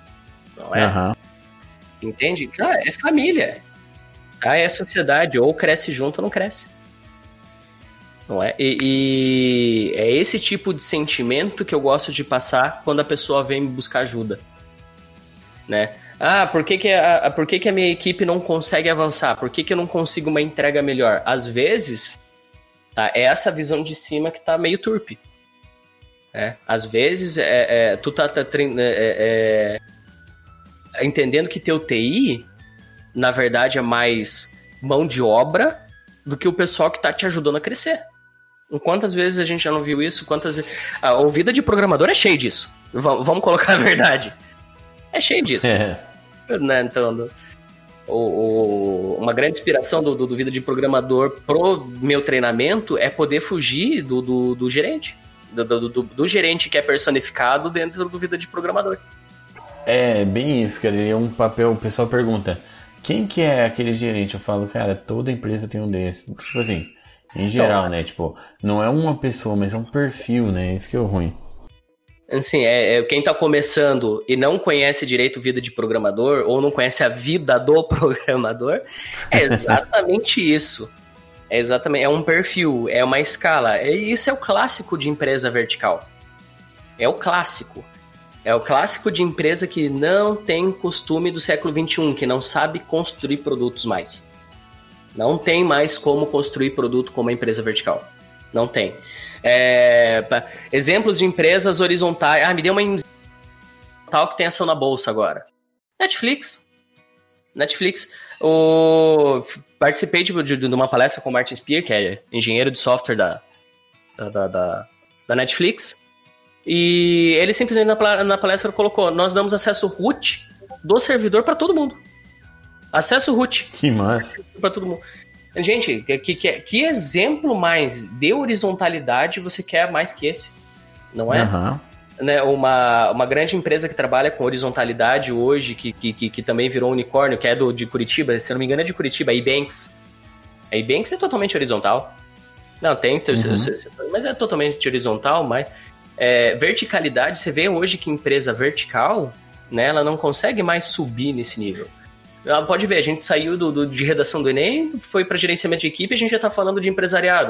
não é? Uhum. Entende? Ah, é família. Ah, é sociedade, ou cresce junto ou não cresce. Não é? E, e é esse tipo de sentimento que eu gosto de passar quando a pessoa vem me buscar ajuda. Né? Ah, por que, que, a, por que, que a minha equipe não consegue avançar? Por que, que eu não consigo uma entrega melhor? Às vezes, tá, é essa visão de cima que tá meio turpe. É, às vezes, é, é, tu tá, tá é, é, entendendo que teu T I, na verdade, é mais mão de obra do que o pessoal que tá te ajudando a crescer. Quantas vezes a gente já não viu isso? Quantas a, a vida de programador é cheio disso. V- vamos colocar a verdade. É cheio disso. É. Né? Então, o, o, uma grande inspiração do, do, do vida de programador pro meu treinamento é poder fugir do, do, do gerente. Do, do, do, do gerente que é personificado dentro do vida de programador. É, bem isso, cara. É um papel, o pessoal pergunta, quem que é aquele gerente? Eu falo, cara, toda empresa tem um desse. Tipo assim, em geral, então, né? Tipo, não é uma pessoa, mas é um perfil, né? Isso que é o ruim. Assim, é, é quem tá começando e não conhece direito vida de programador, ou não conhece a vida do programador, é exatamente isso. É exatamente, é um perfil, é uma escala. E isso é o clássico de empresa vertical. É o clássico. É o clássico de empresa que não tem costume do século vinte e um, que não sabe construir produtos mais. Não tem mais como construir produto como uma empresa vertical. Não tem. É, exemplos de empresas horizontais. Ah, me deu uma tal que tem ação na bolsa agora. Netflix. Netflix. O... Participei de, de, de uma palestra com o Martin Spear, que é engenheiro de software da, da, da, da Netflix. E ele simplesmente na, na palestra colocou: nós damos acesso root do servidor para todo mundo. Acesso root. Que massa. Para todo mundo. Gente, que, que, que exemplo mais de horizontalidade você quer mais que esse? Não é? Uhum. Né, uma, uma grande empresa que trabalha com horizontalidade hoje, que, que, que, que também virou unicórnio, que é do, de Curitiba, se eu não me engano é de Curitiba, a Ebanks. A Ebanks é totalmente horizontal. Não, tem, uhum. Mas é totalmente horizontal, mas é, verticalidade, você vê hoje que empresa vertical, né, ela não consegue mais subir nesse nível. Ela pode ver, a gente saiu do, do, de redação do Enem, foi para gerenciamento de equipe, a gente já está falando de empresariado,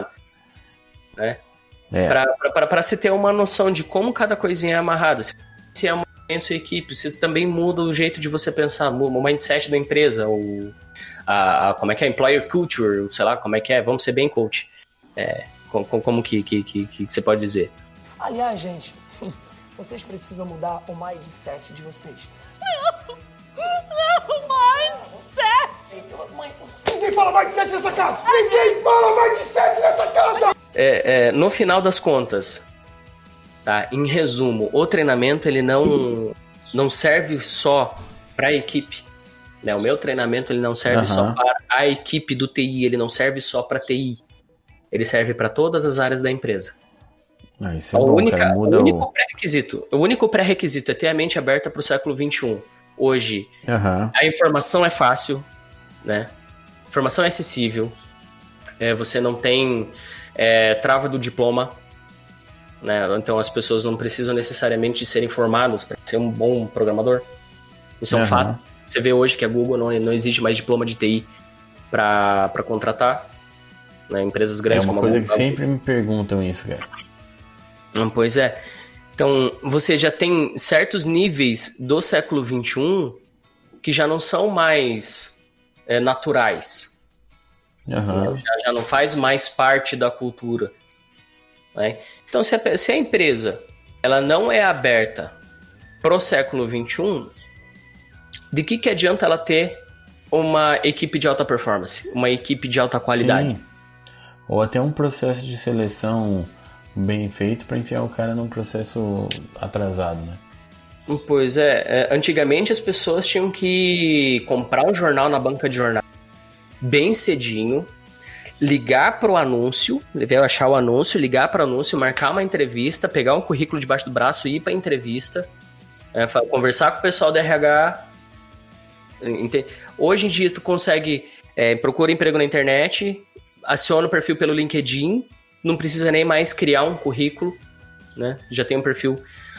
né? É. Para se ter uma noção de como cada coisinha é amarrada, se é uma sua equipe, se também muda o jeito de você pensar, o mindset da empresa, ou a, a, como é que é, employer culture, sei lá, como é que é, vamos ser bem coach, é, como, como que, que, que, que você pode dizer? Aliás, gente, vocês precisam mudar o mindset de vocês. Mindset! Ninguém fala mindset nessa casa! Ninguém fala mindset nessa casa! É, é, no final das contas, tá? Em resumo, o treinamento ele não, não serve só para a equipe. Né? O meu treinamento ele não serve uhum. só para a equipe do T I, ele não serve só para T I. Ele serve para todas as áreas da empresa. Ah, isso é bom, única, cara, muda o único o... pré-requisito, o único pré-requisito é ter a mente aberta para o século vinte e um. Hoje, uhum. a informação é fácil, né? A informação é acessível. É, você não tem é, trava do diploma, né? Então as pessoas não precisam necessariamente de serem formadas para ser um bom programador. Isso é um uhum. fato. Você vê hoje que a Google não, não exige mais diploma de T I para contratar, né? Empresas grandes como a Google. É uma coisa que sempre me perguntam isso, cara. Pois é. Então, você já tem certos níveis do século vinte e um que já não são mais é, naturais. Uhum. Já, já não faz mais parte da cultura. Né? Então, se a, se a empresa ela não é aberta pro século vinte e um, de que, que adianta ela ter uma equipe de alta performance? Uma equipe de alta qualidade? Sim. Ou até um processo de seleção bem feito para enfiar o cara num processo atrasado, né? Pois é, é, antigamente as pessoas tinham que comprar um jornal na banca de jornal bem cedinho, ligar pro anúncio, achar o anúncio, ligar pro anúncio, marcar uma entrevista, pegar um currículo debaixo do braço e ir pra entrevista, é, conversar com o pessoal do R H. Hoje em dia tu consegue, é, procura emprego na internet, aciona o perfil pelo LinkedIn, não precisa nem mais criar um currículo, né? Já tem um perfil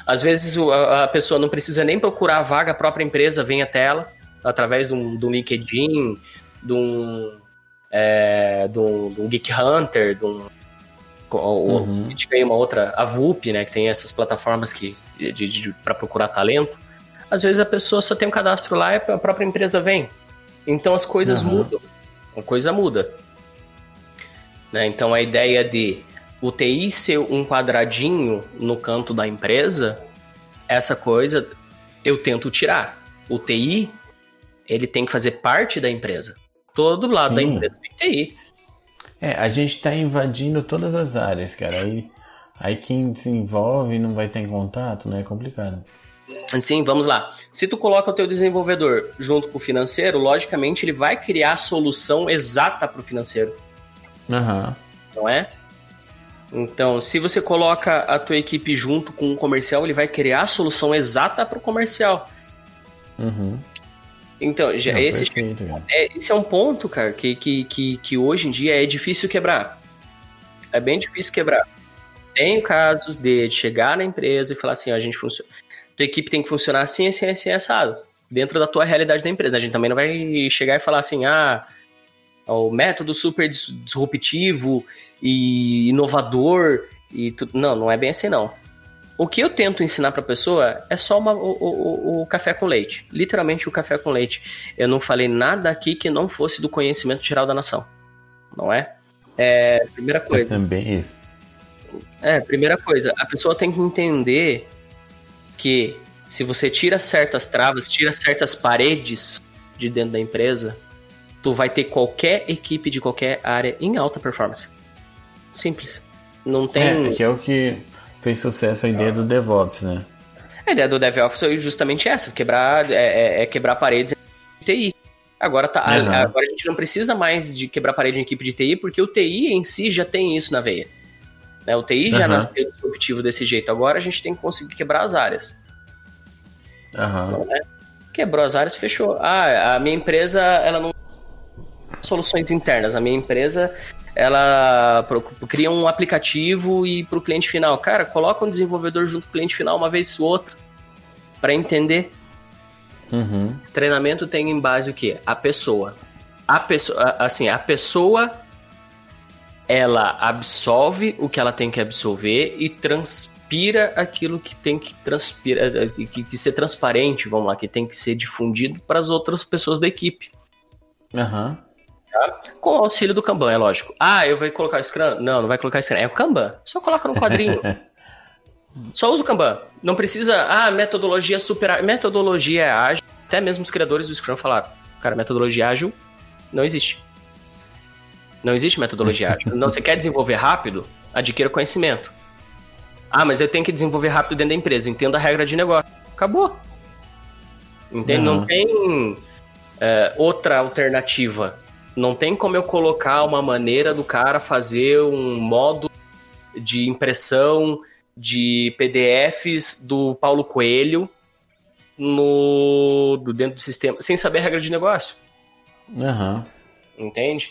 Às vezes a pessoa não precisa nem procurar a vaga, a própria empresa vem até ela, através de um, de um LinkedIn, de um, é, de, um, de um Geek Hunter, de um, uhum. a gente ganha uma outra, a V U P, né, que tem essas plataformas que, de, de, de, para procurar talento. Às vezes a pessoa só tem um cadastro lá e a própria empresa vem. Então as coisas uhum. mudam, a coisa muda. Né? Então a ideia de o T I ser um quadradinho no canto da empresa, essa coisa eu tento tirar. O T I, ele tem que fazer parte da empresa. Todo lado Sim. da empresa tem T I. É, a gente tá invadindo todas as áreas, cara. Aí, aí quem se envolve não vai ter contato, né? É complicado. Sim, vamos lá. Se tu coloca o teu desenvolvedor junto com o financeiro, logicamente ele vai criar a solução exata para o financeiro. Aham. Uhum. Não é? Então, se você coloca a tua equipe junto com o comercial, ele vai criar a solução exata para o comercial. Uhum. Então, já, Não, esse, perfeito, é, esse é um ponto, cara, que, que, que, que hoje em dia é difícil quebrar. É bem difícil quebrar. Tem casos de chegar na empresa e falar assim, ó, a gente funciona. Tua equipe tem que funcionar assim, assim, assim, assado. Dentro da tua realidade da empresa. A gente também não vai chegar e falar assim, ah, o método super disruptivo e inovador e tudo. Não, não é bem assim, não. O que eu tento ensinar pra pessoa é só uma, o, o, o café com leite. Literalmente o café com leite. Eu não falei nada aqui que não fosse do conhecimento geral da nação. Não é? É, primeira coisa. É também isso. É, primeira coisa. A pessoa tem que entender que se você tira certas travas, tira certas paredes de dentro da empresa, tu vai ter qualquer equipe de qualquer área em alta performance. Simples. Não tem... É, que é o que fez sucesso a ideia do DevOps, né? A ideia do DevOps é justamente essa, quebrar, é, é quebrar paredes de T I. Agora, tá, uhum. a, agora a gente não precisa mais de quebrar parede em equipe de T I, porque o T I em si já tem isso na veia. Né? O T I já uhum. nasceu disruptivo desse jeito. Agora a gente tem que conseguir quebrar as áreas. Uhum. Então, é, quebrou as áreas, fechou. Ah, a minha empresa, ela não tem soluções internas. A minha empresa, ela cria um aplicativo e para o cliente final. Cara, coloca um desenvolvedor junto com o cliente final uma vez ou outra para entender. Uhum. Treinamento tem em base o quê? A pessoa. A pessoa, assim, a pessoa, ela absorve o que ela tem que absorver e transpira aquilo que tem que transpirar, que, que ser transparente, vamos lá, que tem que ser difundido para as outras pessoas da equipe. Aham. Uhum. Tá? Com o auxílio do Kanban, é lógico. Ah, eu vou colocar o Scrum? Não, não vai colocar o Scrum. É o Kanban. Só coloca no quadrinho. Só usa o Kanban. Não precisa... Ah, metodologia super... Metodologia é ágil. Até mesmo os criadores do Scrum falaram. Cara, metodologia ágil não existe. Não existe metodologia ágil. Não, você quer desenvolver rápido? Adquira conhecimento. Ah, mas eu tenho que desenvolver rápido dentro da empresa. Entenda a regra de negócio. Acabou. Entende? Uhum. Não tem é, outra alternativa. Não tem como eu colocar uma maneira do cara fazer um módulo de impressão de P D Fs do Paulo Coelho no, do, dentro do sistema, sem saber a regra de negócio. Uhum. Entende?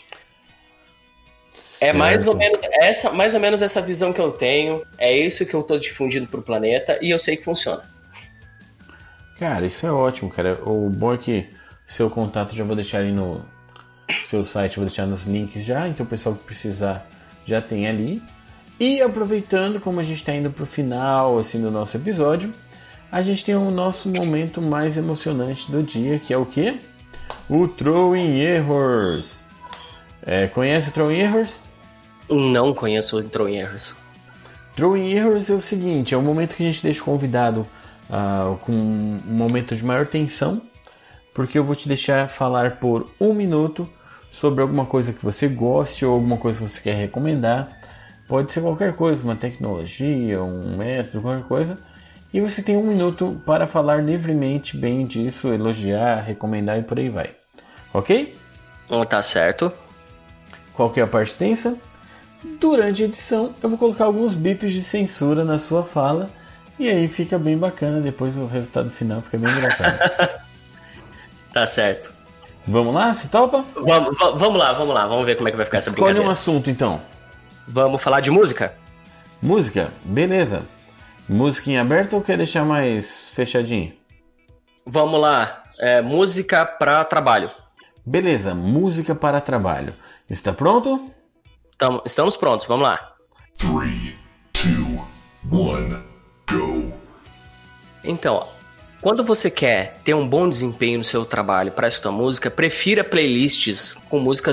É mais ou, menos essa, mais ou menos essa visão que eu tenho. É isso que eu tô difundindo pro planeta e eu sei que funciona. Cara, isso é ótimo, cara. O bom é que seu contato já vou deixar aí no seu site, vou deixar nos links já, então o pessoal que precisar já tem ali. E aproveitando, como a gente está indo pro final assim, do nosso episódio, a gente tem o nosso momento mais emocionante do dia, que é o quê? O Throwing Errors. É, conhece o Throwing Errors? Não conheço o Throwing Errors. Throwing Errors é o seguinte, é o momento que a gente deixa o convidado uh, com um momento de maior tensão, porque eu vou te deixar falar por um minuto sobre alguma coisa que você goste ou alguma coisa que você quer recomendar. Pode ser qualquer coisa, uma tecnologia, um método, qualquer coisa. E você tem um minuto para falar livremente bem disso, elogiar, recomendar e por aí vai. Ok? Oh, tá certo. Qual que é a parte tensa? Durante a edição eu vou colocar alguns bips de censura na sua fala. E aí fica bem bacana, depois o resultado final fica bem engraçado. Tá certo. Vamos lá? Se topa? Vamos, vamos lá, vamos lá. Vamos ver como é que vai ficar essa brincadeira. Escolhe um assunto então. Vamos falar de música? Música? Beleza. Música em aberto ou quer deixar mais fechadinho? Vamos lá. É, música para trabalho. Beleza, música para trabalho. Está pronto? Tamo, estamos prontos, vamos lá. três, dois, um, go. Então, quando você quer ter um bom desempenho no seu trabalho para escutar música, prefira playlists com músicas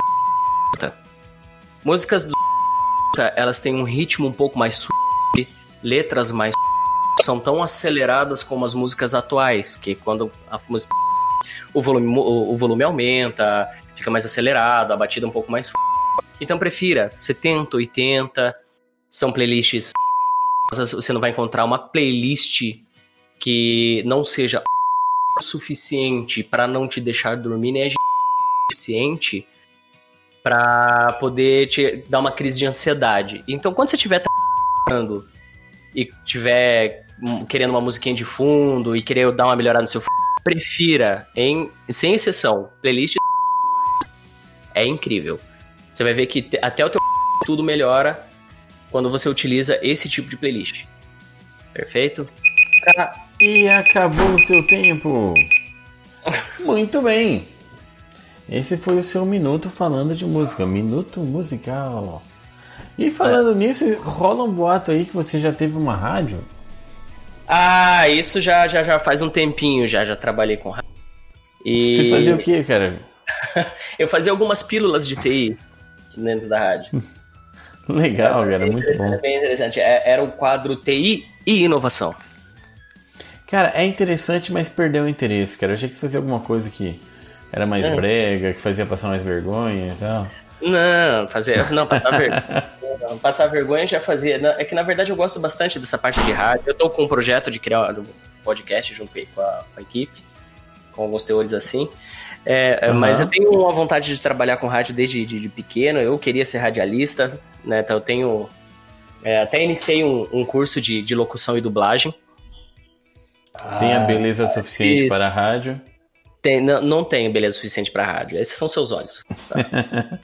músicas do elas têm um ritmo um pouco mais letras mais são tão aceleradas como as músicas atuais, que quando a música o volume, o volume aumenta, fica mais acelerado, a batida um pouco mais então prefira setenta, oitenta, são playlists você não vai encontrar uma playlist que não seja o suficiente para não te deixar dormir, nem é suficiente para poder te dar uma crise de ansiedade. Então, quando você estiver trabalhando e estiver querendo uma musiquinha de fundo e querer dar uma melhorada no seu prefira, em, sem exceção, playlist é incrível. Você vai ver que até o teu tudo melhora quando você utiliza esse tipo de playlist. Perfeito? E acabou o seu tempo. Muito bem. Esse foi o seu minuto falando de música. Minuto musical. E falando é. nisso, rola um boato aí que você já teve uma rádio? Ah, isso já, já, já faz um tempinho já. Já trabalhei com rádio. E... Você fazia o que, cara? Eu fazia algumas pílulas de T I dentro da rádio. Legal, era, cara. Muito bom. É bem interessante. Era o quadro T I e inovação. Cara, é interessante, mas perdeu o interesse, cara. Eu achei que você fazia alguma coisa que era mais é. brega, que fazia passar mais vergonha e tal. Não, fazer, não, passar vergonha. Não, passar vergonha já fazia. É que na verdade eu gosto bastante dessa parte de rádio. Eu tô com um projeto de criar um podcast junto com a, com a equipe, com alguns teores assim. É, uhum. Mas eu tenho uma vontade de trabalhar com rádio desde de, de pequeno. Eu queria ser radialista, né? Então eu tenho. É, até iniciei um, um curso de, de locução e dublagem. Tem a beleza ah, suficiente isso. para a rádio? Tem, não, não tenho beleza suficiente para a rádio. Esses são seus olhos. Tá?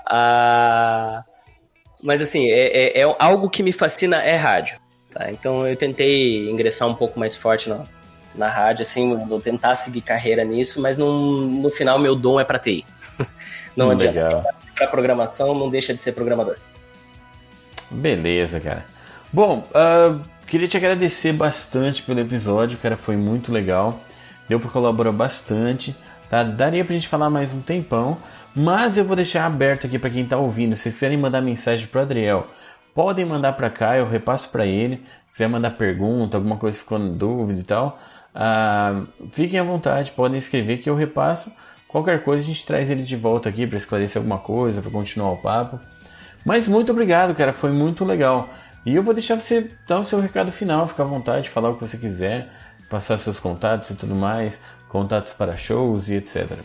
ah, mas assim, é, é, é algo que me fascina é rádio. Tá? Então eu tentei ingressar um pouco mais forte na, na rádio, assim, vou tentar seguir carreira nisso, mas no, no final meu dom é para T I. Não adianta. Para programação não deixa de ser programador. Beleza, cara. Bom, uh... queria te agradecer bastante pelo episódio, cara, foi muito legal. Deu para colaborar bastante, tá? Daria pra gente falar mais um tempão, mas eu vou deixar aberto aqui para quem tá ouvindo. Se vocês quiserem mandar mensagem pro Adriel, podem mandar para cá, eu repasso para ele. Se quiser mandar pergunta, alguma coisa ficou na dúvida e tal, uh, fiquem à vontade, podem escrever que eu repasso. Qualquer coisa a gente traz ele de volta aqui para esclarecer alguma coisa, para continuar o papo. Mas muito obrigado, cara, foi muito legal. E eu vou deixar você dar o seu recado final, ficar à vontade, falar o que você quiser, passar seus contatos e tudo mais, contatos para shows e etcétera.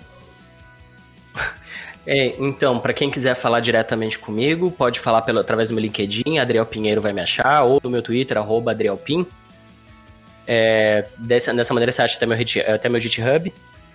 É, então, para quem quiser falar diretamente comigo, pode falar pelo, através do meu LinkedIn, Adriel Pinheiro vai me achar, ou no meu Twitter, arroba AdrielPin. É, dessa, dessa maneira você acha até meu, até meu GitHub.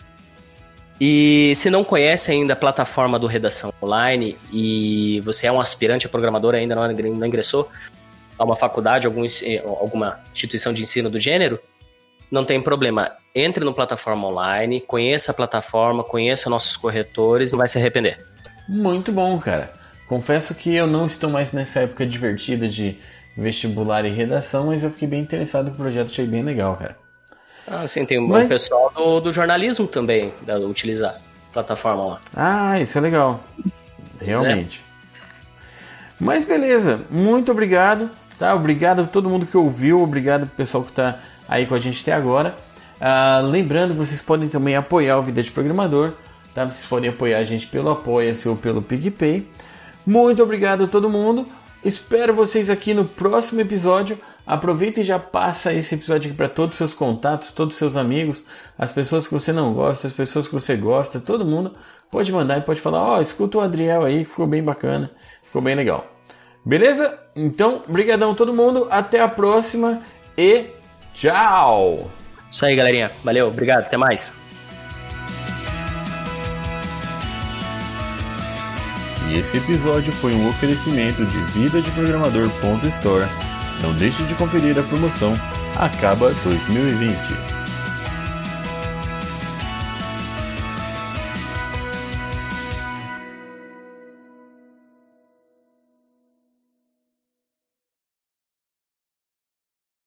E se não conhece ainda a plataforma do Redação Online e você é um aspirante a programador ainda não, não ingressou a uma faculdade, algum, alguma instituição de ensino do gênero, não tem problema. Entre no Plataforma Online, conheça a plataforma, conheça nossos corretores, não vai se arrepender. Muito bom, cara. Confesso que eu não estou mais nessa época divertida de vestibular e redação, mas eu fiquei bem interessado no projeto, achei bem legal, cara. Ah, sim, tem um mas... bom pessoal do, do jornalismo também, da, utilizar a plataforma lá. Ah, isso é legal. Realmente. É. Mas beleza, muito obrigado. Tá, obrigado a todo mundo que ouviu, obrigado pro pessoal que tá aí com a gente até agora. Ah, lembrando, vocês podem também apoiar o Vida de Programador, tá? Vocês podem apoiar a gente pelo Apoia-se ou pelo PicPay. Muito obrigado a todo mundo. Espero vocês aqui no próximo episódio. Aproveita e já passa esse episódio aqui para todos os seus contatos, todos os seus amigos, as pessoas que você não gosta, as pessoas que você gosta, todo mundo pode mandar e pode falar, ó, oh, escuta o Adriel aí, que ficou bem bacana, ficou bem legal. Beleza? Então, brigadão todo mundo, até a próxima e tchau! Isso aí, galerinha. Valeu, obrigado, até mais. E esse episódio foi um oferecimento de vida de programador ponto store, Não deixe de conferir a promoção Acaba dois mil e vinte.